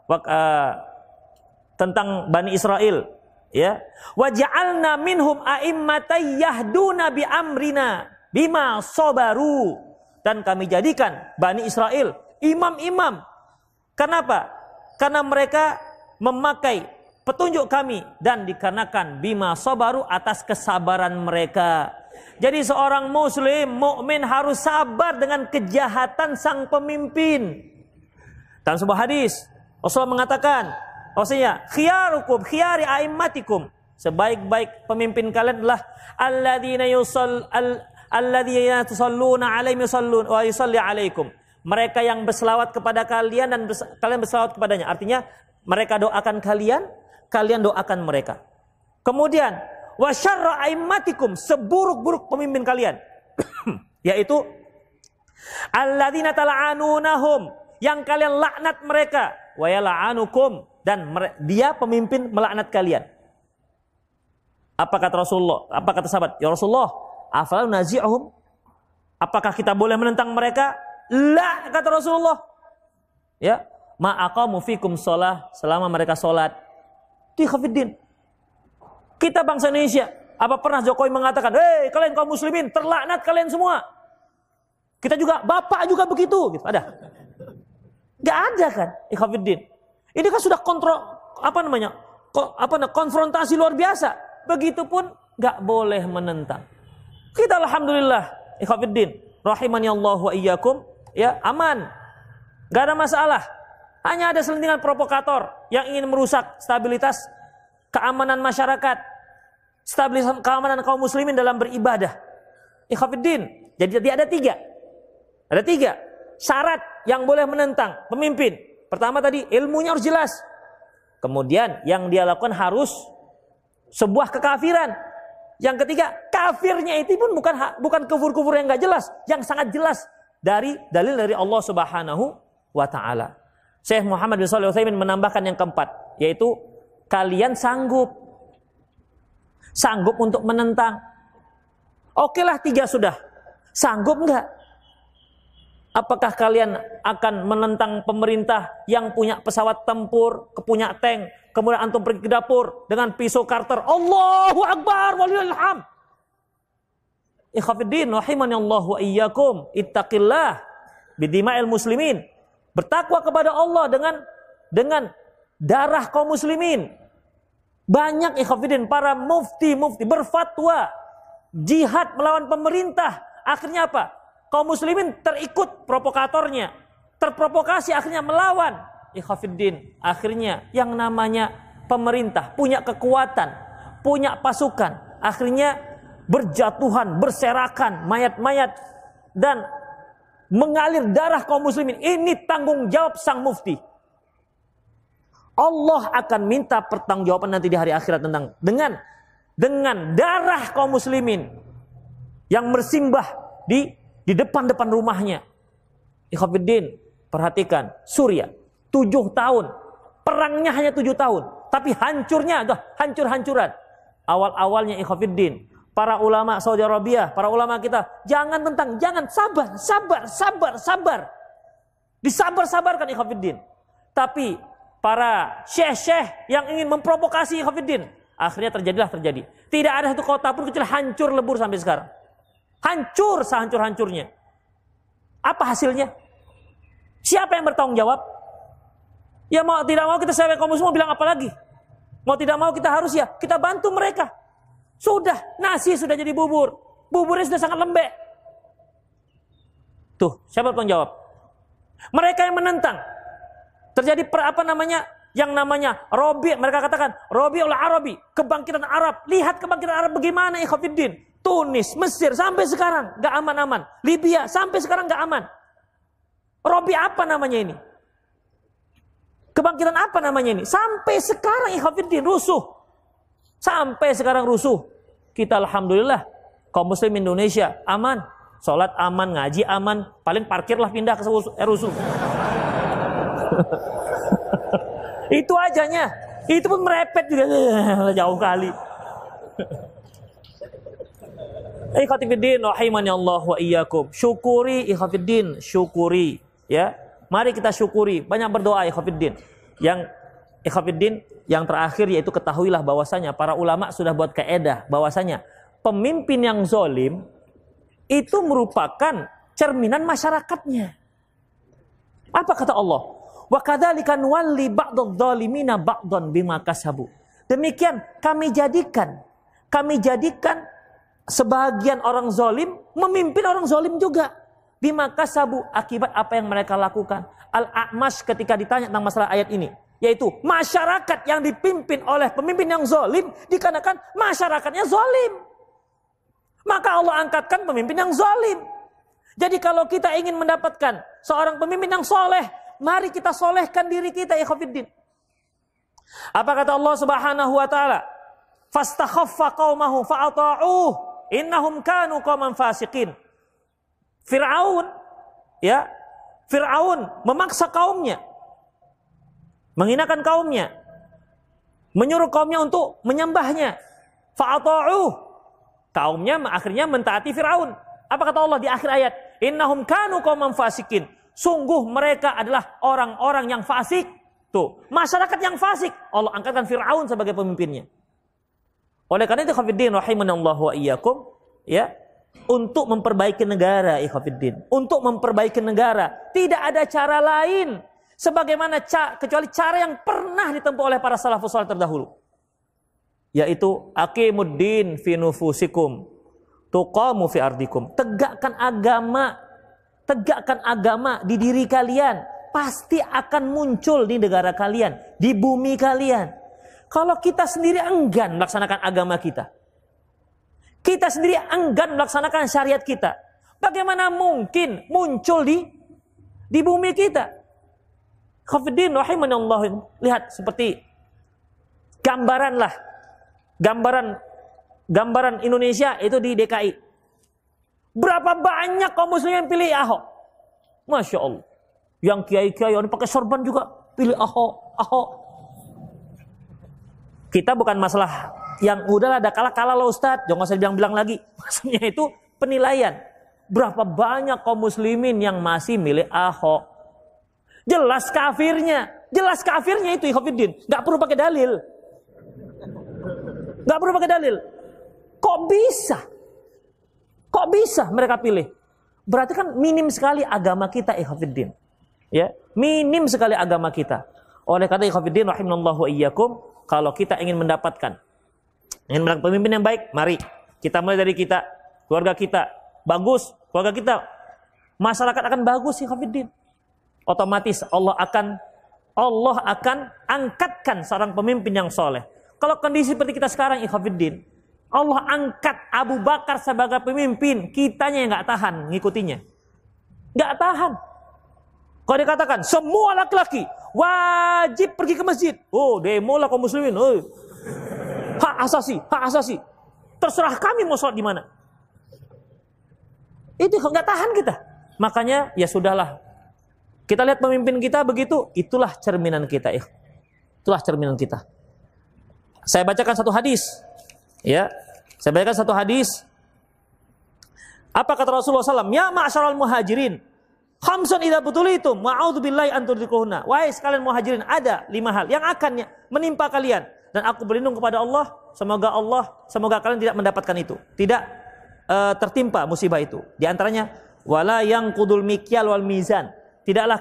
tentang Bani Israel, ya? Wa ja'alna minhum a'immatan yahduna bi amrina bima sabaru. Dan kami jadikan Bani Israel imam-imam. Kenapa? Karena mereka memakai petunjuk kami dan dikarenakan bima sabaru, atas kesabaran mereka. Jadi seorang muslim mukmin harus sabar dengan kejahatan sang pemimpin. Dalam sebuah hadis Rasulullah mengatakan, maksudnya khiyarukum khiyari a'immatikum, sebaik-baik pemimpin kalian adalah alladzina tusalluna alaihim yusallun wa yusalli alaikum, mereka yang berselawat kepada kalian dan kalian berselawat kepadanya. Artinya mereka doakan kalian, kalian doakan mereka. Kemudian wa syarra a'immatikum, seburuk-buruk pemimpin kalian yaitu alladzina tal'anunahum, yang kalian laknat mereka, wa yal'anukum, dan dia pemimpin melaknat kalian. Apa kata Rasulullah? Apa kata sahabat? Ya Rasulullah, afala nazi'uhum? Apakah kita boleh menentang mereka? La, kata Rasulullah. Ya, ma'aqamu fikum shalah, selama mereka salat. Itu ikhwatiddin. Kita bangsa Indonesia, apa pernah Jokowi mengatakan, "Hei, kalian kaum muslimin, terlaknat kalian semua." Kita juga, bapak juga begitu, gitu. Ada? Enggak ada kan, ikhwatiddin. Ini kan sudah konfrontasi luar biasa. Begitupun enggak boleh menentang. Kita alhamdulillah, ikhwatiddin, rahimani Allah wa iyyakum, ya, aman. Enggak ada masalah. Hanya ada selentingan provokator yang ingin merusak stabilitas keamanan masyarakat, stabilitas keamanan kaum muslimin dalam beribadah. Ikhwatiddin. Jadi ada tiga. Ada tiga syarat yang boleh menentang pemimpin. Pertama tadi, ilmunya harus jelas. Kemudian yang dia lakukan harus sebuah kekafiran. Yang ketiga, kafirnya itu pun bukan kufur-kufur yang enggak jelas, yang sangat jelas dari dalil dari Allah Subhanahu wa taala. Syekh Muhammad bin Shalih Al-Utsaimin menambahkan yang keempat, yaitu kalian sanggup untuk menentang. Oke lah, 3 sudah. Sanggup enggak? Apakah kalian akan menentang pemerintah yang punya pesawat tempur, punya tank, kemudian antum pergi ke dapur dengan pisau Carter, Allahu Akbar, walillahil hamd. Ikhwatiddin, rahimani Allah wa iyyakum, ittaqillah bidima'il muslimin. Bertakwa kepada Allah dengan darah kaum muslimin. Banyak ikhwatiddin para mufti berfatwa jihad melawan pemerintah. Akhirnya apa? Kaum muslimin terikut provokatornya, terprovokasi, akhirnya melawan. Ikhwatiddin, akhirnya yang namanya pemerintah punya kekuatan, punya pasukan, akhirnya berjatuhan, berserakan mayat-mayat dan mengalir darah kaum muslimin. Ini tanggung jawab sang mufti. Allah akan minta pertanggungjawaban nanti di hari akhirat tentang dengan darah kaum muslimin yang bersimbah di depan rumahnya. Ikhwatiddin, perhatikan, Suriah 7 tahun, perangnya hanya 7 tahun, tapi hancurnya hancur-hancuran. Awal-awalnya ikhwatiddin, para ulama Saudi Arabia, para ulama kita, jangan sabar. Disabar-sabarkan ikhwatiddin. Tapi para syekh-syekh yang ingin memprovokasi ikhwatiddin, akhirnya terjadi. Tidak ada satu kota pun kecil hancur lebur sampai sekarang. Hancur sehancur-hancurnya. Apa hasilnya? Siapa yang bertanggung jawab? Ya mau tidak mau kita sebagai kaum muslim bilang apa lagi? Mau tidak mau kita harus ya, kita bantu mereka. Sudah, nasi sudah jadi bubur. Buburnya sudah sangat lembek. Tuh, siapa bertanggung jawab? Mereka yang menentang. Terjadi yang namanya Rabi', mereka katakan Rabi'ul Arabi, kebangkitan Arab. Lihat kebangkitan Arab bagaimana ikhwatiddin. Tunis, Mesir sampai sekarang enggak aman-aman. Libya sampai sekarang enggak aman. Rabi' apa namanya ini? Kebangkitan apa namanya ini? Sampai sekarang ikhwatiddin rusuh. Sampai sekarang rusuh. Kita alhamdulillah kaum muslim Indonesia aman. Salat aman, ngaji aman, paling parkirlah pindah ke rusuh. Itu ajanya. Itu pun merepet juga jauh kali. Ikhwatiddin rahimani Allah wa iyyakum. Syukuri ikhwatiddin, syukuri ya. Mari kita syukuri, banyak berdoa ikhwatiddin. Yang ikhwatiddin yang terakhir yaitu ketahuilah bahwasanya para ulama sudah buat kaidah bahwasanya pemimpin yang zalim itu merupakan cerminan masyarakatnya. Apa kata Allah? Wa kadzalika nuwalli ba'dadh-dhalimina ba'dhan bima kasabu. Demikian kami jadikan sebagian orang zalim memimpin orang zalim juga. Bima kasabu, akibat apa yang mereka lakukan. Al-A'mash ketika ditanya tentang masalah ayat ini, yaitu masyarakat yang dipimpin oleh pemimpin yang zalim dikarenakan masyarakatnya zalim. Maka Allah angkatkan pemimpin yang zalim. Jadi kalau kita ingin mendapatkan seorang pemimpin yang soleh, mari kita solehkan diri kita ikhwatiddin. Apa kata Allah Subhanahu wa taala? Fastakhaffa qaumahu fa'ata'uh innahum kanu qauman fasiqin. Fir'aun memaksa kaumnya, menghinakan kaumnya, menyuruh kaumnya untuk menyembahnya. Fa'ata'uh, kaumnya akhirnya mentaati Fir'aun. Apa kata Allah di akhir ayat? Innahum kanu qauman fasiqin. Sungguh mereka adalah orang-orang yang fasik. Tuh, masyarakat yang fasik. Allah angkatkan Fir'aun sebagai pemimpinnya. Oleh karena itu, ikhwatiddin rahimanallahu wa iyyakum, ya, untuk memperbaiki negara, ikhwatiddin, untuk memperbaiki negara, tidak ada cara lain sebagaimana kecuali cara yang pernah ditempuh oleh para salafus saleh terdahulu, yaitu aqimuddin fi nufusikum tuqamu fi ardikum. Tegakkan agama di diri kalian, pasti akan muncul di negara kalian, di bumi kalian. Kalau kita sendiri enggan melaksanakan agama kita, kita sendiri enggan melaksanakan syariat kita, bagaimana mungkin muncul di bumi kita? Khafidin rahimanallah, lihat seperti gambaran Indonesia itu di DKI. Berapa banyak kaum muslimin yang pilih Ahok? Masya Allah. Yang kiai-kiai yang pakai sorban juga pilih Ahok. Kita bukan masalah yang udahlah ada kalah loh Ustaz, jangan usah bilang lagi. Maksudnya itu penilaian. Berapa banyak kaum muslimin yang masih milih Ahok? Jelas kafirnya itu ikhwatiddin, nggak perlu pakai dalil. Kok bisa mereka pilih? Berarti kan minim sekali agama kita, ikhwatiddin. Ya, minim sekali agama kita. Oleh karena ikhwatiddin rahimanallahu wa iyyakum, kalau kita ingin mendapatkan pemimpin yang baik, mari kita mulai dari kita, keluarga kita bagus, keluarga kita, masyarakat akan bagus, ikhwatiddin. Otomatis Allah akan angkatkan seorang pemimpin yang soleh. Kalau kondisi seperti kita sekarang, ikhwatiddin, Allah angkat Abu Bakar sebagai pemimpin, kitanya yang nggak tahan ngikutinya, nggak tahan. Kalau dikatakan semua laki-laki wajib pergi ke masjid, oh demo lah kaum muslimin, oh hak asasi, terserah kami mau sholat di mana. Itu nggak tahan kita. Makanya ya sudahlah. Kita lihat pemimpin kita begitu, itulah cerminan kita, itulah cerminan kita. Saya bacakan satu hadis, ya. Saya bacakan satu hadis. Apa kata Rasulullah SAW? Ya ma'asyaral muhajirin, khamsun idza butulitum ma'udzubillahi an tudrikuhunna. Wahai sekalian muhajirin, ada 5 hal yang akan menimpa kalian, dan aku berlindung kepada Allah, semoga kalian tidak mendapatkan itu, tidak tertimpa musibah itu. Di antaranya wala yanqudul mikyal wal mizan. Tidaklah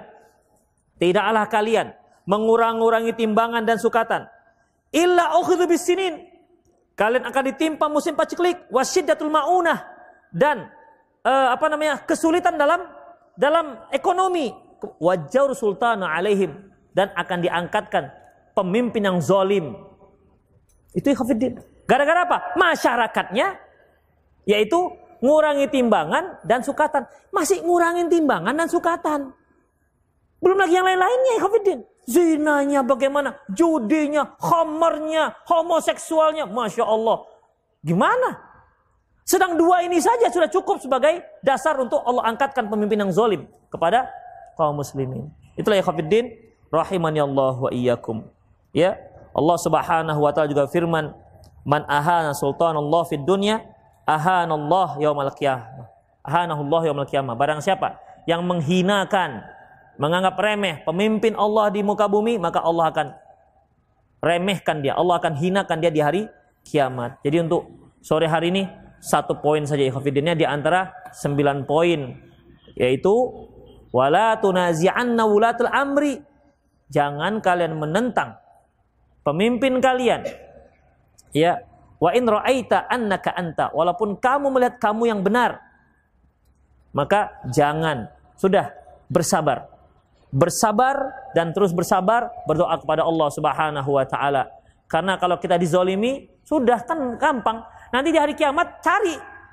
kalian mengurang-urangi timbangan dan sukatan. Illa ukhidhu bisinin. Kalian akan ditimpa musim paceklik, wasyiddatul maunah, dan kesulitan dalam ekonomi, wajaur sultana alaihim, dan akan diangkatkan pemimpin yang zalim. Itu ikhwatiddin. Gara-gara apa? Masyarakatnya yaitu ngurangi timbangan dan sukatan. Masih ngurangin timbangan dan sukatan. Belum lagi yang lain-lainnya, ikhwatiddin. Zinanya bagaimana? Judinya, khamarnya, homoseksualnya. Masya Allah. Gimana? Sedang 2 ini saja sudah cukup sebagai dasar untuk Allah angkatkan pemimpin yang zalim kepada kaum muslimin. Itulah ikhwatiddin rahimani Allah wa iyyakum. Ya, Allah Subhanahu wa taala juga firman, "Man ahana sultanallah fid dunya ahanallah yaumal qiyamah." Ahanahullah yaumal qiyamah. Barang siapa yang menghinakan, menganggap remeh pemimpin Allah di muka bumi, maka Allah akan remehkan dia, Allah akan hinakan dia di hari kiamat. Jadi untuk sore hari ini 1 poin saja ikhwatiddinnya di antara 9 poin, yaitu wala tunazi'anna wulatul amri. Jangan kalian menentang pemimpin kalian. Ya, wa in ra'aita annaka anta, walaupun kamu melihat kamu yang benar, maka jangan, sudah bersabar dan terus bersabar, berdoa kepada Allah Subhanahu wa taala. Karena kalau kita dizolimi, sudah kan gampang. Nanti di hari kiamat cari.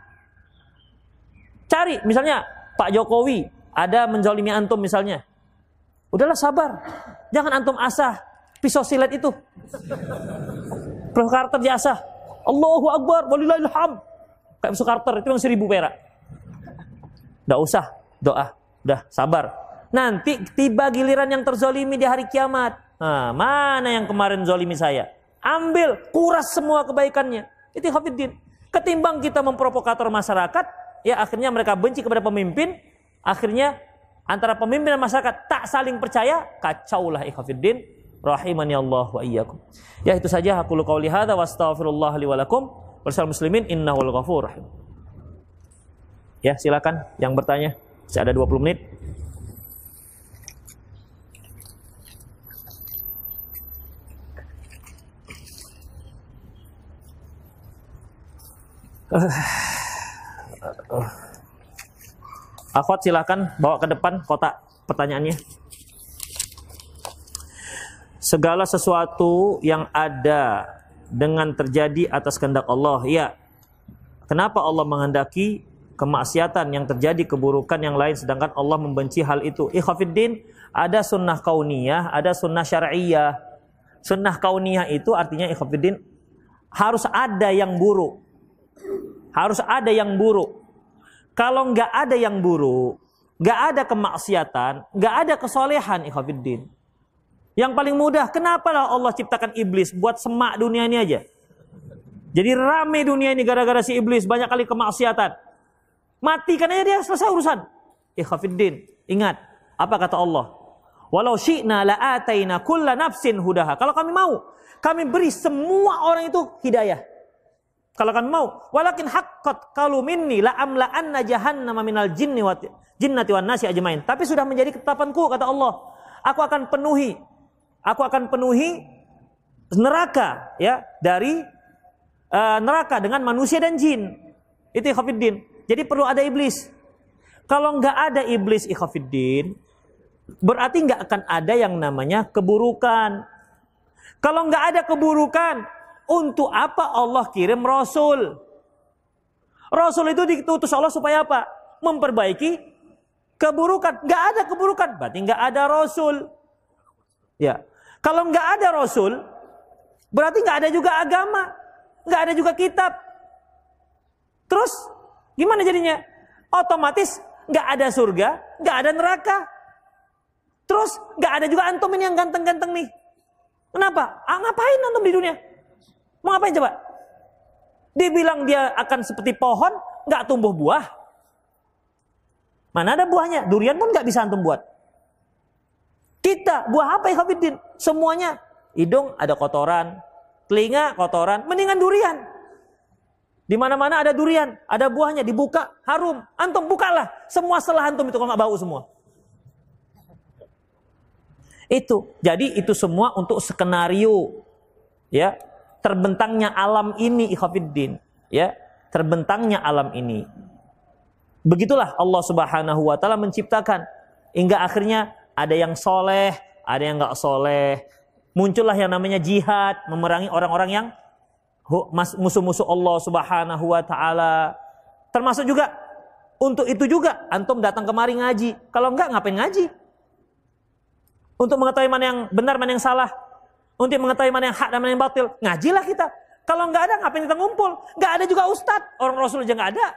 Misalnya Pak Jokowi ada menzolimi antum misalnya. Udahlah sabar. Jangan antum asah pisau silet itu. Prof Carter diasah. Allahu Akbar, walillahil hamd. Kayak Prof Carter itu yang 1000 perak. Nggak usah doa. Udah sabar. Nanti tiba giliran yang terzolimi di hari kiamat. Nah, mana yang kemarin zolimi saya? Ambil, kuras semua kebaikannya. Itu ikhwatiddin. Ketimbang kita memprovokator masyarakat, ya akhirnya mereka benci kepada pemimpin, akhirnya antara pemimpin dan masyarakat tak saling percaya, kacaulah ikhwafiddin rahimani Allah wa iyyakum. Ya, itu saja aku qauli hadza wa astaghfirullah li wa lakum wassal muslimin innahu ghafurur rahim. Ya, silakan yang bertanya. Masih ada 20 menit. Akhwat silakan bawa ke depan kotak pertanyaannya. Segala sesuatu yang ada dengan terjadi atas kehendak Allah. Ya. Kenapa Allah menghendaki kemaksiatan yang terjadi, keburukan yang lain, sedangkan Allah membenci hal itu? Ikhwafiddin, ada sunnah kauniyah, ada sunnah syar'iyah. Sunnah kauniyah itu artinya ikhwafiddin, harus ada yang buruk. Harus ada yang buruk. Kalau nggak ada yang buruk, nggak ada kemaksiatan, nggak ada kesolehan, ikhwafiddin. Yang paling mudah, kenapa lah Allah ciptakan iblis buat semak dunia ini aja? Jadi rame dunia ini gara-gara si iblis, banyak kali kemaksiatan. Matikan aja dia, selesai urusan. Ikhwafiddin, ingat apa kata Allah? Walau syi'na la'ataina kulla nafsin hudaha. Kalau kami mau, kami beri semua orang itu hidayah. Kalau kami mau, walakin haqqat qalu minni la amla'anna jahannama minal jinnati wan nasi ajmain. Tapi sudah menjadi ketetapanku, kata Allah. Aku akan penuhi neraka, ya, dari neraka dengan manusia dan jin. Itu ikhwafiddin. Jadi perlu ada iblis. Kalau nggak ada iblis, ikhwafiddin, berarti nggak akan ada yang namanya keburukan. Kalau nggak ada keburukan, untuk apa Allah kirim Rasul? Rasul itu diutus Allah supaya apa? Memperbaiki keburukan. Nggak ada keburukan, berarti nggak ada Rasul. Ya, kalau nggak ada Rasul, berarti nggak ada juga agama, nggak ada juga kitab. Terus gimana jadinya? Otomatis nggak ada surga, nggak ada neraka. Terus nggak ada juga antum ini yang ganteng-ganteng nih. Kenapa? Ngapain antum di dunia? Mau ngapain coba? Dibilang dia akan seperti pohon, nggak tumbuh buah. Mana ada buahnya? Durian pun nggak bisa antum buat. Kita, buah apa ya ikhwafiddin? Semuanya. Hidung ada kotoran, telinga kotoran, mendingan durian. Di mana-mana ada durian, ada buahnya, dibuka, harum. Antum bukalah, semua selah antum itu kalau nggak bau semua. Itu. Jadi itu semua untuk skenario, ya. Terbentangnya alam ini, ikhwafiddin, ya, terbentangnya alam ini. Begitulah Allah Subhanahu wa taala menciptakan hingga akhirnya ada yang soleh, ada yang enggak soleh. Muncullah yang namanya jihad, memerangi orang-orang yang musuh-musuh Allah Subhanahu wa taala. Termasuk juga untuk itu juga antum datang kemari ngaji. Kalau enggak ngapain ngaji? Untuk mengetahui mana yang benar, mana yang salah. Untuk mengetahui mana yang hak dan mana yang batil, ngajilah kita. Kalau nggak ada, ngapain kita ngumpul? Nggak ada juga ustadz, orang Rasul aja nggak ada.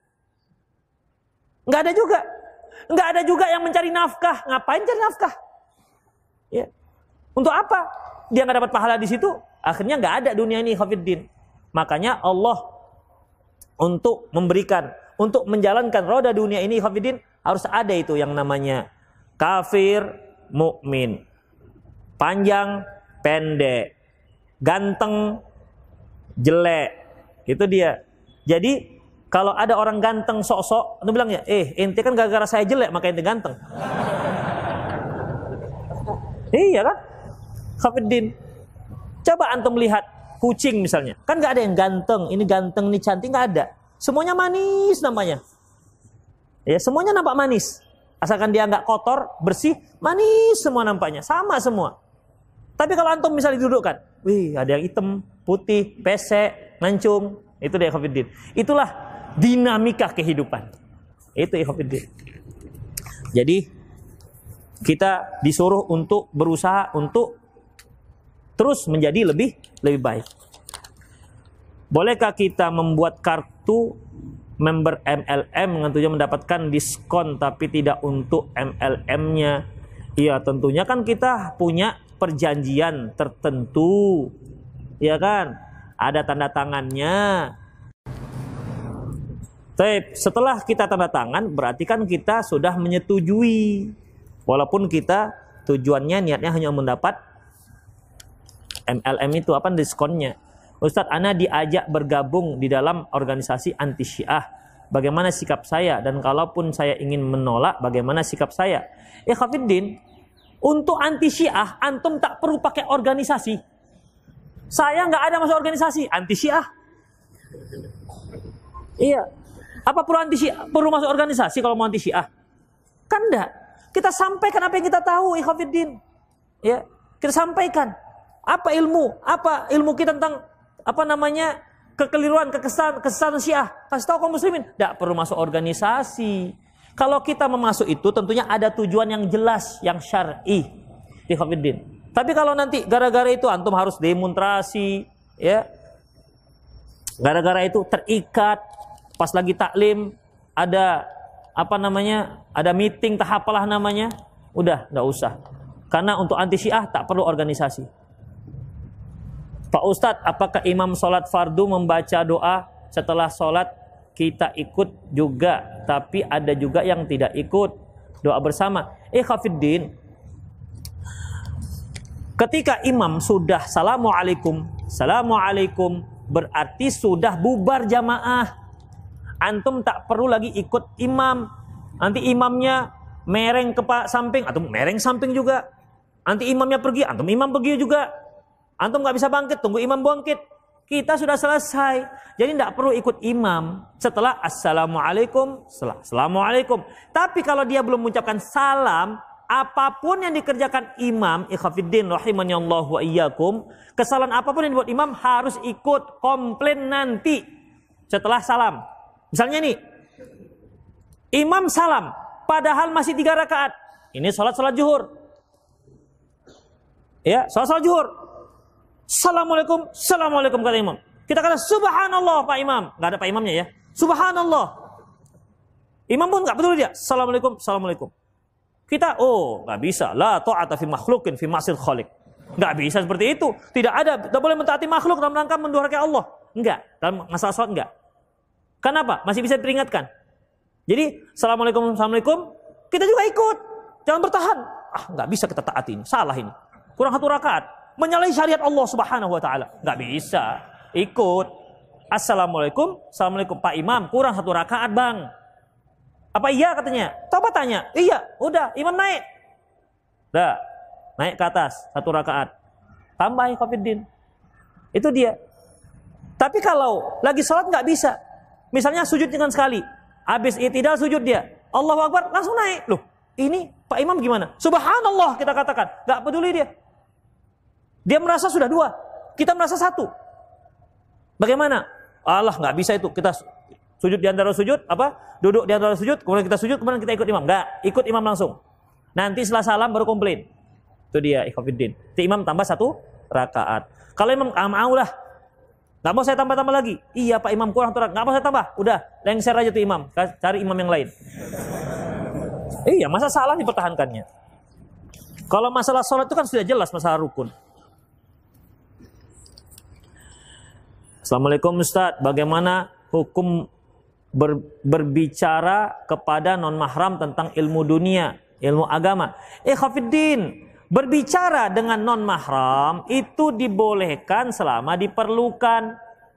Nggak ada juga. Nggak ada juga yang mencari nafkah. Ngapain cari nafkah? Ya. Untuk apa? Dia nggak dapat pahala di situ. Akhirnya nggak ada dunia ini, ikhwafiddin. Makanya Allah untuk memberikan, untuk menjalankan roda dunia ini, ikhwafiddin, harus ada itu yang namanya kafir, mukmin, panjang, pendek, ganteng, jelek, itu dia. Jadi kalau ada orang ganteng sok-sok, ente bilang ya, ente kan gara-gara saya jelek maka ente ganteng. Iya kan? Khafiddin. Coba antum lihat kucing misalnya, kan nggak ada yang ganteng, ini cantik, nggak ada. Semuanya manis namanya. Ya, semuanya nampak manis. Asalkan dia nggak kotor, bersih, manis semua nampaknya, sama semua. Tapi kalau antum misalnya didudukkan, wih, ada yang hitam, putih, pesek, mancung, itu dia ikhwafiddin. Itulah dinamika kehidupan. Itu ikhwafiddin. Jadi kita disuruh untuk berusaha untuk terus menjadi lebih baik. Bolehkah kita membuat kartu member MLM dengan tujuan mendapatkan diskon tapi tidak untuk MLM-nya? Iya, tentunya kan kita punya perjanjian tertentu, ya kan? Ada tanda tangannya. Tapi setelah kita tanda tangan, berarti kan kita sudah menyetujui. Walaupun kita tujuannya, niatnya hanya mendapat MLM itu, apa, diskonnya. Ustadz, ana diajak bergabung di dalam organisasi anti Syiah. Bagaimana sikap saya? Dan kalaupun saya ingin menolak, bagaimana sikap saya? Ikhwafiddin, untuk anti Syiah, antum tak perlu pakai organisasi. Saya nggak ada masuk organisasi anti Syiah. Iya. Apa perlu anti Syiah? Perlu masuk organisasi kalau mau anti Syiah? Kan enggak. Kita sampaikan apa yang kita tahu, ikhwafiddin. Ya, kita sampaikan apa ilmu kita tentang kekeliruan, kesesatan Syiah. Kasih tahu kaum muslimin, enggak perlu masuk organisasi. Kalau kita memasuk itu tentunya ada tujuan yang jelas, yang syar'i. Ikhwafiddin. Tapi kalau nanti gara-gara itu antum harus demonstrasi, ya. Gara-gara itu terikat pas lagi taklim ada ada meeting tahap apalah namanya, udah enggak usah. Karena untuk anti Syiah tak perlu organisasi. Pak Ustadz, apakah imam sholat fardu membaca doa setelah sholat? Kita ikut juga, tapi ada juga yang tidak ikut doa bersama. Ikhwafiddin, ketika imam sudah assalamualaikum, berarti sudah bubar jamaah. Antum tak perlu lagi ikut imam. Nanti imamnya mereng ke samping, atau mereng samping juga. Nanti imamnya pergi, antum imam pergi juga. Antum nggak bisa bangkit, tunggu imam bangkit. Kita sudah selesai. Jadi tidak perlu ikut imam setelah assalamualaikum, assalamualaikum. Tapi kalau dia belum mengucapkan salam, apapun yang dikerjakan imam, ikhwafiddin rahimahullah wa iyyakum, kesalahan apapun yang dibuat imam harus ikut komplain nanti setelah salam. Misalnya nih, imam salam, padahal masih 3 rakaat. Ini sholat zuhur. Ya, sholat zuhur. Assalamualaikum, assalamualaikum kata imam. Kita kata subhanallah Pak Imam. Nggak ada Pak Imamnya ya. Subhanallah. Imam pun nggak peduli dia. Assalamualaikum, assalamualaikum. Kita, nggak bisa. La ta'ata fi makhlukin fi ma'sil khaliq. Nggak bisa seperti itu. Tidak boleh mentaati makhluk dalam rangka mendurhakai Allah. Enggak. Dalam masalah sholat enggak. Kenapa? Masih bisa diperingatkan. Jadi, assalamualaikum, assalamualaikum. Kita juga ikut. Jangan bertahan. Nggak bisa kita taati ini. Salah ini. Kurang 1 rakaat. Menyalahi syariat Allah subhanahu wa ta'ala. Nggak bisa. Ikut. Assalamualaikum, assalamualaikum. Pak Imam, kurang 1 rakaat bang. Apa iya katanya? Coba tanya. Iya, udah. Imam naik. Udah. Naik ke atas 1 rakaat. Tambah ikhwafiddin. Itu dia. Tapi kalau lagi sholat nggak bisa. Misalnya sujud dengan sekali. Habis i'tidal sujud dia. Allahu Akbar, langsung naik. Loh, ini Pak Imam gimana? Subhanallah kita katakan. Nggak peduli dia. Dia merasa sudah 2. Kita merasa 1. Bagaimana? Allah nggak bisa itu. Kita sujud di antara sujud, duduk di antara sujud, kemudian kita sujud, kemudian kita ikut imam. Nggak, ikut imam langsung. Nanti setelah salam baru komplain. Itu dia ikhwafiddin. Itu imam tambah 1 rakaat. Kalau imam maulah, nggak mau saya tambah-tambah lagi. Iya Pak Imam kurang 1 rakaat, nggak mau saya tambah. Udah, lengser aja tuh imam. Cari imam yang lain. Iya, masa salah dipertahankannya. Kalau masalah sholat itu kan sudah jelas masalah rukun. Assalamualaikum Ustadz, bagaimana hukum berbicara kepada non-mahram tentang ilmu dunia, ilmu agama? Ikhwafiddin, berbicara dengan non-mahram itu dibolehkan selama diperlukan.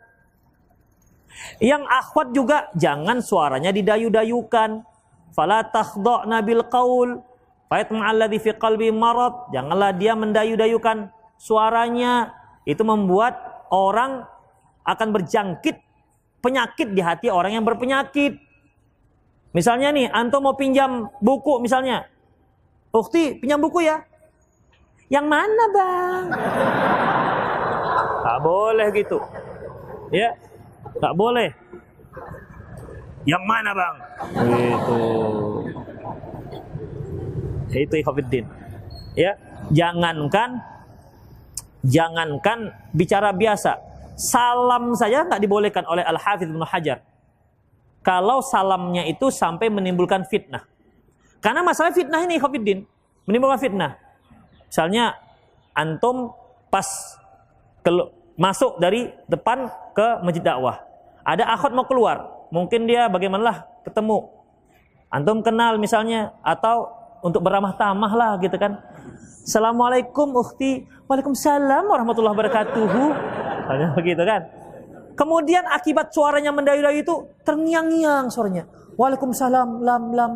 Yang akhwat juga jangan suaranya didayu-dayukan. Fala takhda'na bil qaul fayatma'alladzi fi qalbi marad. Janganlah dia mendayu-dayukan suaranya. Itu membuat orang akan berjangkit penyakit di hati orang yang berpenyakit. Misalnya nih, antum mau pinjam buku misalnya. Ukhti, pinjam buku ya. Yang mana bang? Tak boleh gitu. Ya, tak boleh. Yang mana bang? Gitu. Itu ikhwafiddin. Ya, jangankan bicara biasa. Salam saja nggak dibolehkan oleh Al-Hafidz Ibnu Hajar. Kalau salamnya itu sampai menimbulkan fitnah. Karena masalah fitnah ini ikhwafiddin, menimbulkan fitnah. Misalnya antum pas masuk dari depan ke masjid dakwah. Ada akhwat mau keluar. mungkin dia bagaimanalah ketemu. Antum kenal misalnya, atau untuk beramah tamah lah gitu kan. Assalamualaikum ukhti. Waalaikumsalam warahmatullahi wabarakatuh. Hanya begitu kan. Kemudian akibat suaranya mendayu-dayu itu terngiang-ngiang suaranya. Waalaikumsalam lam.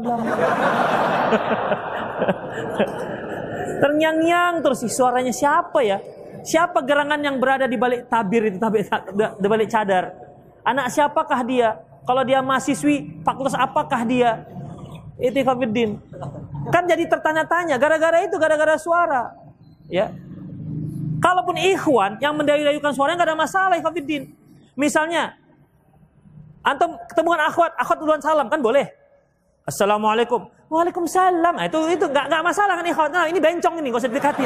Terngiang-ngiang terus suaranya siapa ya? Siapa gerangan yang berada di balik tabir itu, di balik cadar? Anak siapakah dia? Kalau dia mahasiswi, fakultas apakah dia? Itu Ikhwanuddin. Kan jadi tertanya-tanya gara-gara itu, gara-gara suara. Ya. Kalaupun ikhwan yang mendayu-dayukan suaranya enggak ada masalah Ikhwanuddin. Misalnya antum ketemu dengan akhwat duluan salam kan boleh. Assalamualaikum. Waalaikumsalam. Nah, itu enggak masalah kan ikhwat. Nah, ini bencong ini, enggak usah didekatin.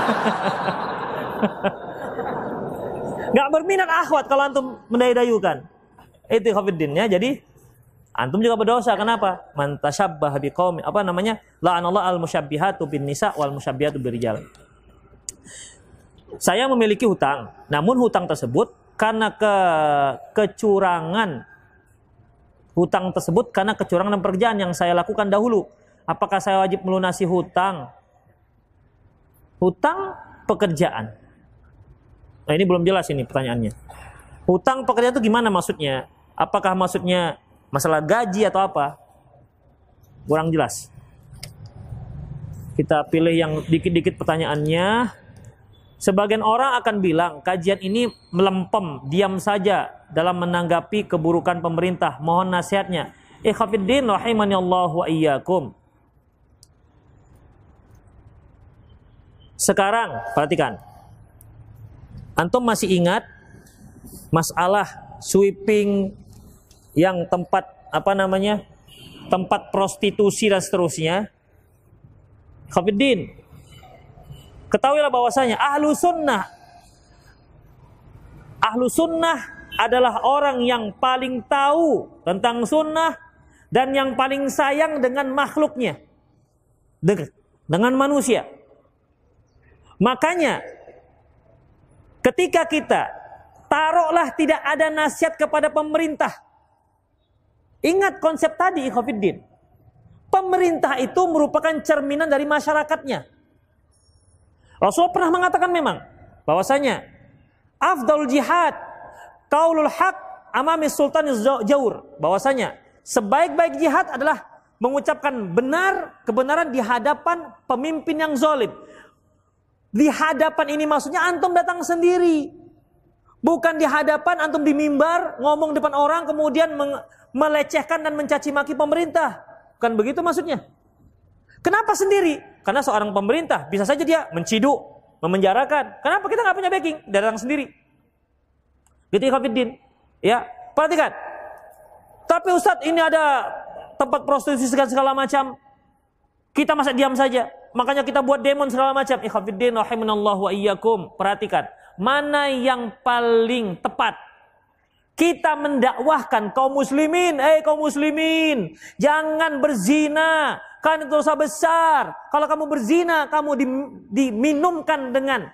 Enggak berminat akhwat kalau antum mendayu-dayukan. Itu Ikhwanuddin ya. Jadi antum juga berdosa. Kenapa? Man tasyabbah biqaumin, la'anallahu al-musyabbihatu bin nisa wal musyabbihatu birrijal. Saya memiliki hutang, namun hutang tersebut karena kecurangan. Hutang tersebut karena kecurangan pekerjaan yang saya lakukan dahulu. Apakah saya wajib melunasi hutang? Hutang pekerjaan. Nah, ini belum jelas ini pertanyaannya. Hutang pekerjaan itu gimana maksudnya? Apakah maksudnya masalah gaji atau apa? Kurang jelas. Kita pilih yang dikit-dikit pertanyaannya. Sebagian orang akan bilang kajian ini melempem, diam saja dalam menanggapi keburukan pemerintah. Mohon nasihatnya. Ikhwanuddin rahimanallahu wa iyyakum. Sekarang perhatikan. Antum masih ingat masalah sweeping yang tempat tempat prostitusi dan seterusnya? Ikhwanuddin, ketahuilah bahwasanya ahlu sunnah adalah orang yang paling tahu tentang sunnah dan yang paling sayang dengan makhluknya, dengan manusia. Makanya ketika kita taruhlah tidak ada nasihat kepada pemerintah, ingat konsep tadi Ikhwanuddin. Pemerintah itu merupakan cerminan dari masyarakatnya. Rasulullah pernah mengatakan memang bahwasanya afdalul jihad qaulul haq amami sultaniz jaur, bahwasanya sebaik-baik jihad adalah mengucapkan kebenaran di hadapan pemimpin yang zalim. Di hadapan ini maksudnya antum datang sendiri. Bukan di hadapan antum di mimbar ngomong depan orang kemudian melecehkan dan mencaci maki pemerintah. Bukan begitu maksudnya. Kenapa sendiri? Karena seorang pemerintah bisa saja dia menciduk, memenjarakan. Kenapa kita nggak punya backing? Datang sendiri. Gitu Ikhwanuddin. Ya, perhatikan. Tapi Ustadz ini ada tempat prostitusi segala macam. Kita masa diam saja. Makanya kita buat demo segala macam. Ikhwanuddin rahimanallahu wa iyyakum. Perhatikan, mana yang paling tepat? Kita mendakwahkan kaum muslimin, kaum muslimin, jangan berzina, kan itu dosa besar. Kalau kamu berzina, kamu diminumkan dengan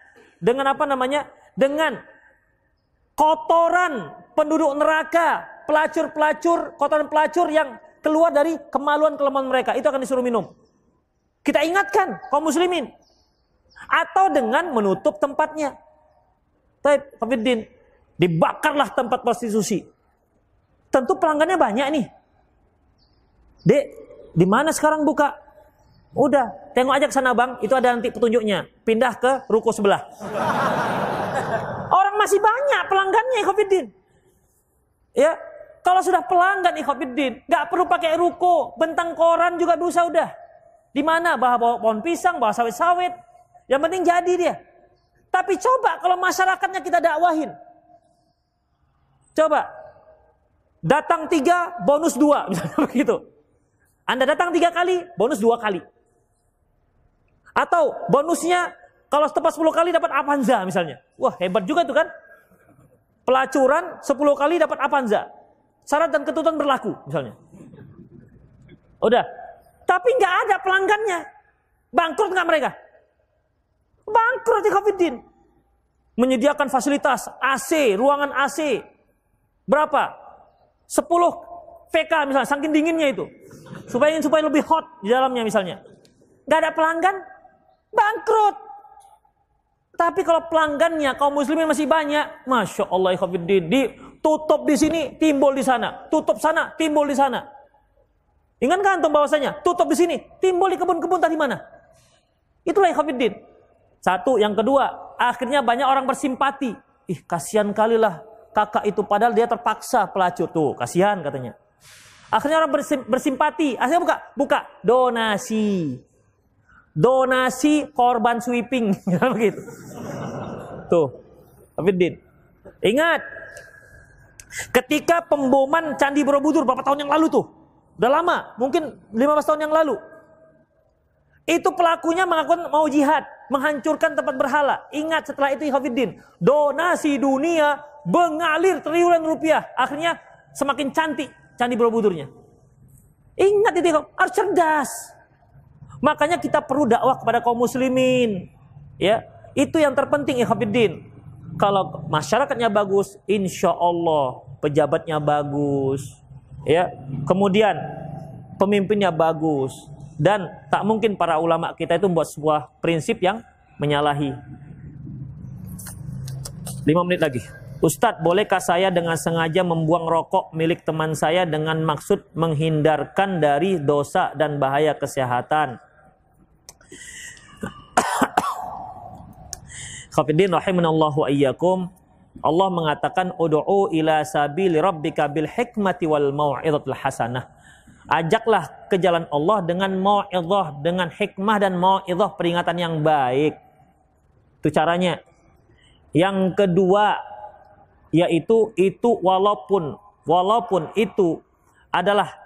kotoran penduduk neraka, kotoran pelacur yang keluar dari kemaluan-kemaluan mereka. Itu akan disuruh minum. Kita ingatkan kaum muslimin. Atau dengan menutup tempatnya. Baik, Ikhwanuddin, dibakarlah tempat prostitusi. Tentu pelanggannya banyak nih. Dek, di mana sekarang buka? Udah, tengok aja ke sana bang, itu ada nanti petunjuknya. Pindah ke ruko sebelah. Orang masih banyak pelanggannya Ikhwanuddin. Ya, kalau sudah pelanggan Ikhwanuddin, nggak perlu pakai ruko, bentang koran juga bisa udah. Di mana? Bawa pohon pisang, bawa sawit-sawit. Yang penting jadi dia. Tapi coba kalau masyarakatnya kita dakwahin. Coba. Datang 3, bonus 2. Misalnya begitu. Anda datang 3 kali, bonus 2 kali. Atau bonusnya kalau tepat 10 kali dapat Avanza misalnya. Wah, hebat juga itu kan. Pelacuran 10 kali dapat Avanza. Syarat dan ketentuan berlaku misalnya. Udah. Tapi nggak ada pelanggannya. Bangkrut nggak mereka? Bangkrut Ikhwanuddin. Menyediakan fasilitas AC, ruangan AC. Berapa? 10 VK misalnya, saking dinginnya itu. Supaya lebih hot di dalamnya misalnya. Gak ada pelanggan, bangkrut. Tapi kalau pelanggannya kaum muslimin masih banyak, Masya Allah, ikhwatiddin, ditutup di sini, timbul di sana. Tutup sana, timbul di sana. Ingat kan antum bahwasanya, tutup di sini, timbul di kebun-kebun tadi mana? Itulah ikhwatiddin. Satu, yang kedua, akhirnya banyak orang bersimpati. Ih, kasihan kalilah kakak itu, padahal dia terpaksa pelacur. Tuh, kasihan katanya. Akhirnya orang bersimpati. Akhirnya buka donasi. Donasi korban sweeping. Begitu. Tuh, ikhwatiddin. Ingat, ketika pemboman Candi Borobudur berapa tahun yang lalu tuh? Udah lama, mungkin 15 tahun yang lalu. Itu pelakunya mengaku mau jihad, menghancurkan tempat berhala. Ingat setelah itu ikhwatiddin, donasi dunia mengalir triliunan rupiah. Akhirnya semakin cantik Candi Borobudurnya. Ingat itu, harus cerdas. Makanya kita perlu dakwah kepada kaum muslimin. Ya, itu yang terpenting ikhwatiddin. Kalau masyarakatnya bagus, insya Allah pejabatnya bagus. Ya, kemudian pemimpinnya bagus, dan tak mungkin para ulama kita itu membuat sebuah prinsip yang menyalahi. 5 menit lagi. Ustadz, bolehkah saya dengan sengaja membuang rokok milik teman saya dengan maksud menghindarkan dari dosa dan bahaya kesehatan? Khafidin rahimanallahu ayyakum. Allah mengatakan ud'u ila sabili rabbika bil hikmati wal mau'izatil hasanah. Ajaklah ke jalan Allah dengan mau'izah, dengan hikmah dan mau'izah, peringatan yang baik. Itu caranya. Yang kedua yaitu walaupun itu adalah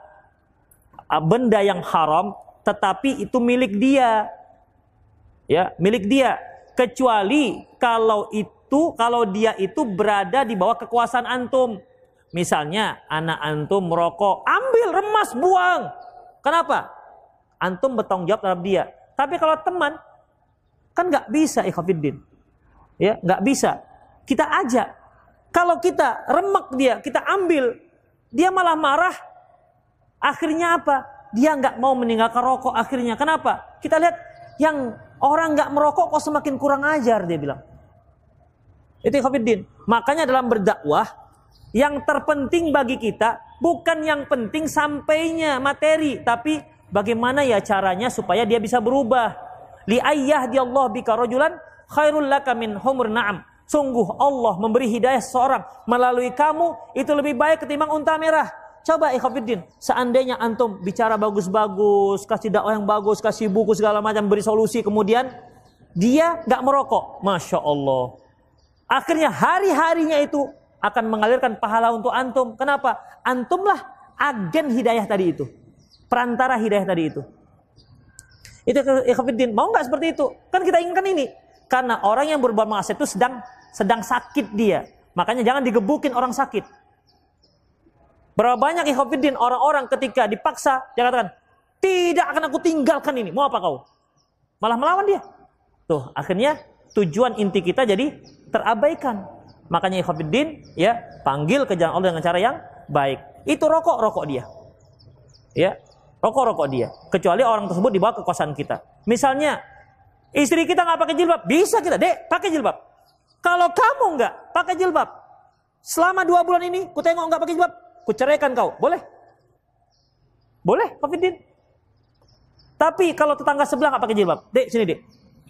benda yang haram, tetapi itu milik dia. Ya, milik dia. Kecuali kalau dia itu berada di bawah kekuasaan antum. Misalnya anak antum merokok, ambil, remas, buang. Kenapa? Antum bertanggung jawab terhadap dia. Tapi kalau teman, kan nggak bisa ikhwatiddin. Ya, nggak bisa. Kita ajak. Kalau kita remek dia, kita ambil, dia malah marah. Akhirnya apa? Dia nggak mau meninggalkan rokok. Akhirnya kenapa? Kita lihat yang orang nggak merokok kok semakin kurang ajar, dia bilang. Itu ikhwatiddin. Makanya dalam berdakwah, yang terpenting bagi kita bukan yang penting sampainya materi, tapi bagaimana ya caranya supaya dia bisa berubah. Li ayyahdiyallahu bika rajulan khairul laka min humur na'am. Sungguh Allah memberi hidayah seseorang melalui kamu itu lebih baik ketimbang unta merah. Coba ikhwatiddin, seandainya antum bicara bagus-bagus, kasih dakwah yang bagus, kasih buku segala macam, beri solusi, kemudian dia nggak merokok, Masya Allah. Akhirnya hari-harinya itu akan mengalirkan pahala untuk antum. Kenapa? Antumlah agen hidayah tadi itu. Perantara hidayah tadi itu. Itu ikhwatiddin, mau nggak seperti itu? Kan kita inginkan ini. Karena orang yang berbuat maksiat itu sedang sakit dia. Makanya jangan digebukin orang sakit. Berapa banyak ikhwatiddin orang-orang ketika dipaksa, dia katakan, tidak akan aku tinggalkan ini. Mau apa kau? Malah melawan dia. Tuh, akhirnya tujuan inti kita jadi terabaikan. Makanya ikhwatiddin, ya, panggil ke jalan Allah dengan cara yang baik. Itu rokok dia. Ya, rokok dia. Kecuali orang tersebut di bawah kekuasaan kita. Misalnya, istri kita nggak pakai jilbab, bisa kita, dek, pakai jilbab. Kalau kamu nggak pakai jilbab, selama 2 bulan ini, ku tengok nggak pakai jilbab, ku ceraikan kau, boleh? Boleh, ikhwatiddin. Tapi kalau tetangga sebelah nggak pakai jilbab, dek, sini dek.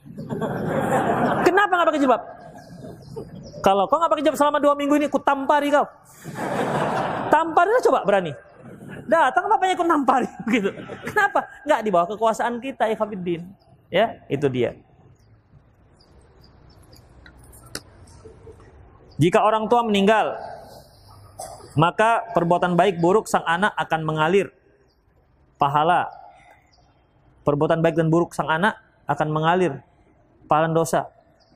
Kenapa nggak pakai jilbab? Kalau kau nggak pakai jilbab selama 2 minggu ini, ku tampari kau. Tamparilah coba berani. Datang bapaknya ku nampari gitu. Kenapa? Nggak di bawah kekuasaan kita, ikhwatiddin. Ya, itu dia. Jika orang tua meninggal, maka perbuatan baik buruk sang anak akan mengalir pahala. Perbuatan baik dan buruk sang anak akan mengalir pahala dosa.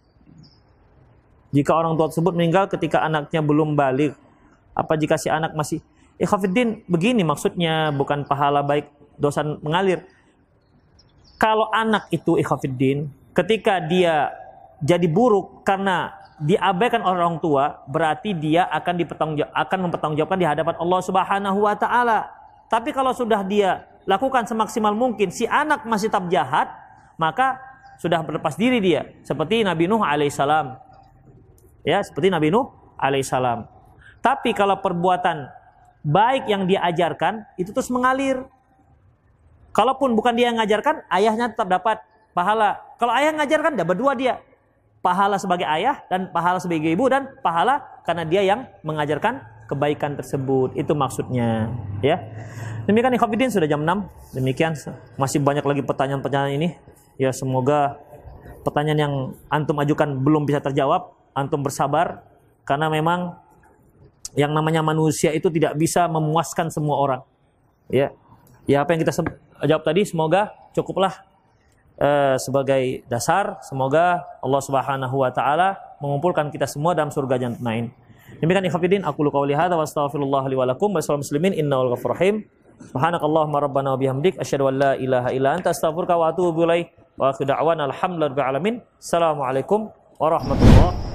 Jika orang tua tersebut meninggal ketika anaknya belum baligh, apa jika si anak masih ikhwatiddin, begini maksudnya, bukan pahala baik dosa mengalir. Kalau anak itu ikhwatiddin, ketika dia jadi buruk karena diabaikan oleh orang tua, berarti dia akan mempertanggungjawabkan di hadapan Allah Subhanahu wa taala. Tapi kalau sudah dia lakukan semaksimal mungkin, si anak masih tetap jahat, maka sudah berlepas diri dia, seperti Nabi Nuh alaihissalam. Ya, seperti Nabi Nuh alaihissalam. Tapi kalau perbuatan baik yang dia ajarkan itu terus mengalir. Kalaupun bukan dia yang mengajarkan, ayahnya tetap dapat pahala. Kalau ayah ngajarkan, dapat dua dia. Pahala sebagai ayah dan pahala sebagai ibu, dan pahala karena dia yang mengajarkan kebaikan tersebut. Itu maksudnya, ya. Demikian ikhwatiddin, sudah jam 6. Demikian, masih banyak lagi pertanyaan-pertanyaan ini. Ya, semoga pertanyaan yang antum ajukan belum bisa terjawab, antum bersabar karena memang yang namanya manusia itu tidak bisa memuaskan semua orang. Ya. Ya, apa yang kita jawab tadi semoga cukuplah sebagai dasar. Semoga Allah Subhanahu wa taala mengumpulkan kita semua dalam surga Jannatul Naim. Demikian ikhwatiddin, aku qouli hadza wa astaghfirullah li wa lakum wa sallallahu muslimin innahu ghafurur rahim. Subhanakallahumma rabbana wa bihamdik asyhadu an la ilaha illa anta astaghfiruka wa atubu ilaik. Wa akhiru da'wana alhamdulillahi rabbil alamin. Assalamualaikum warahmatullahi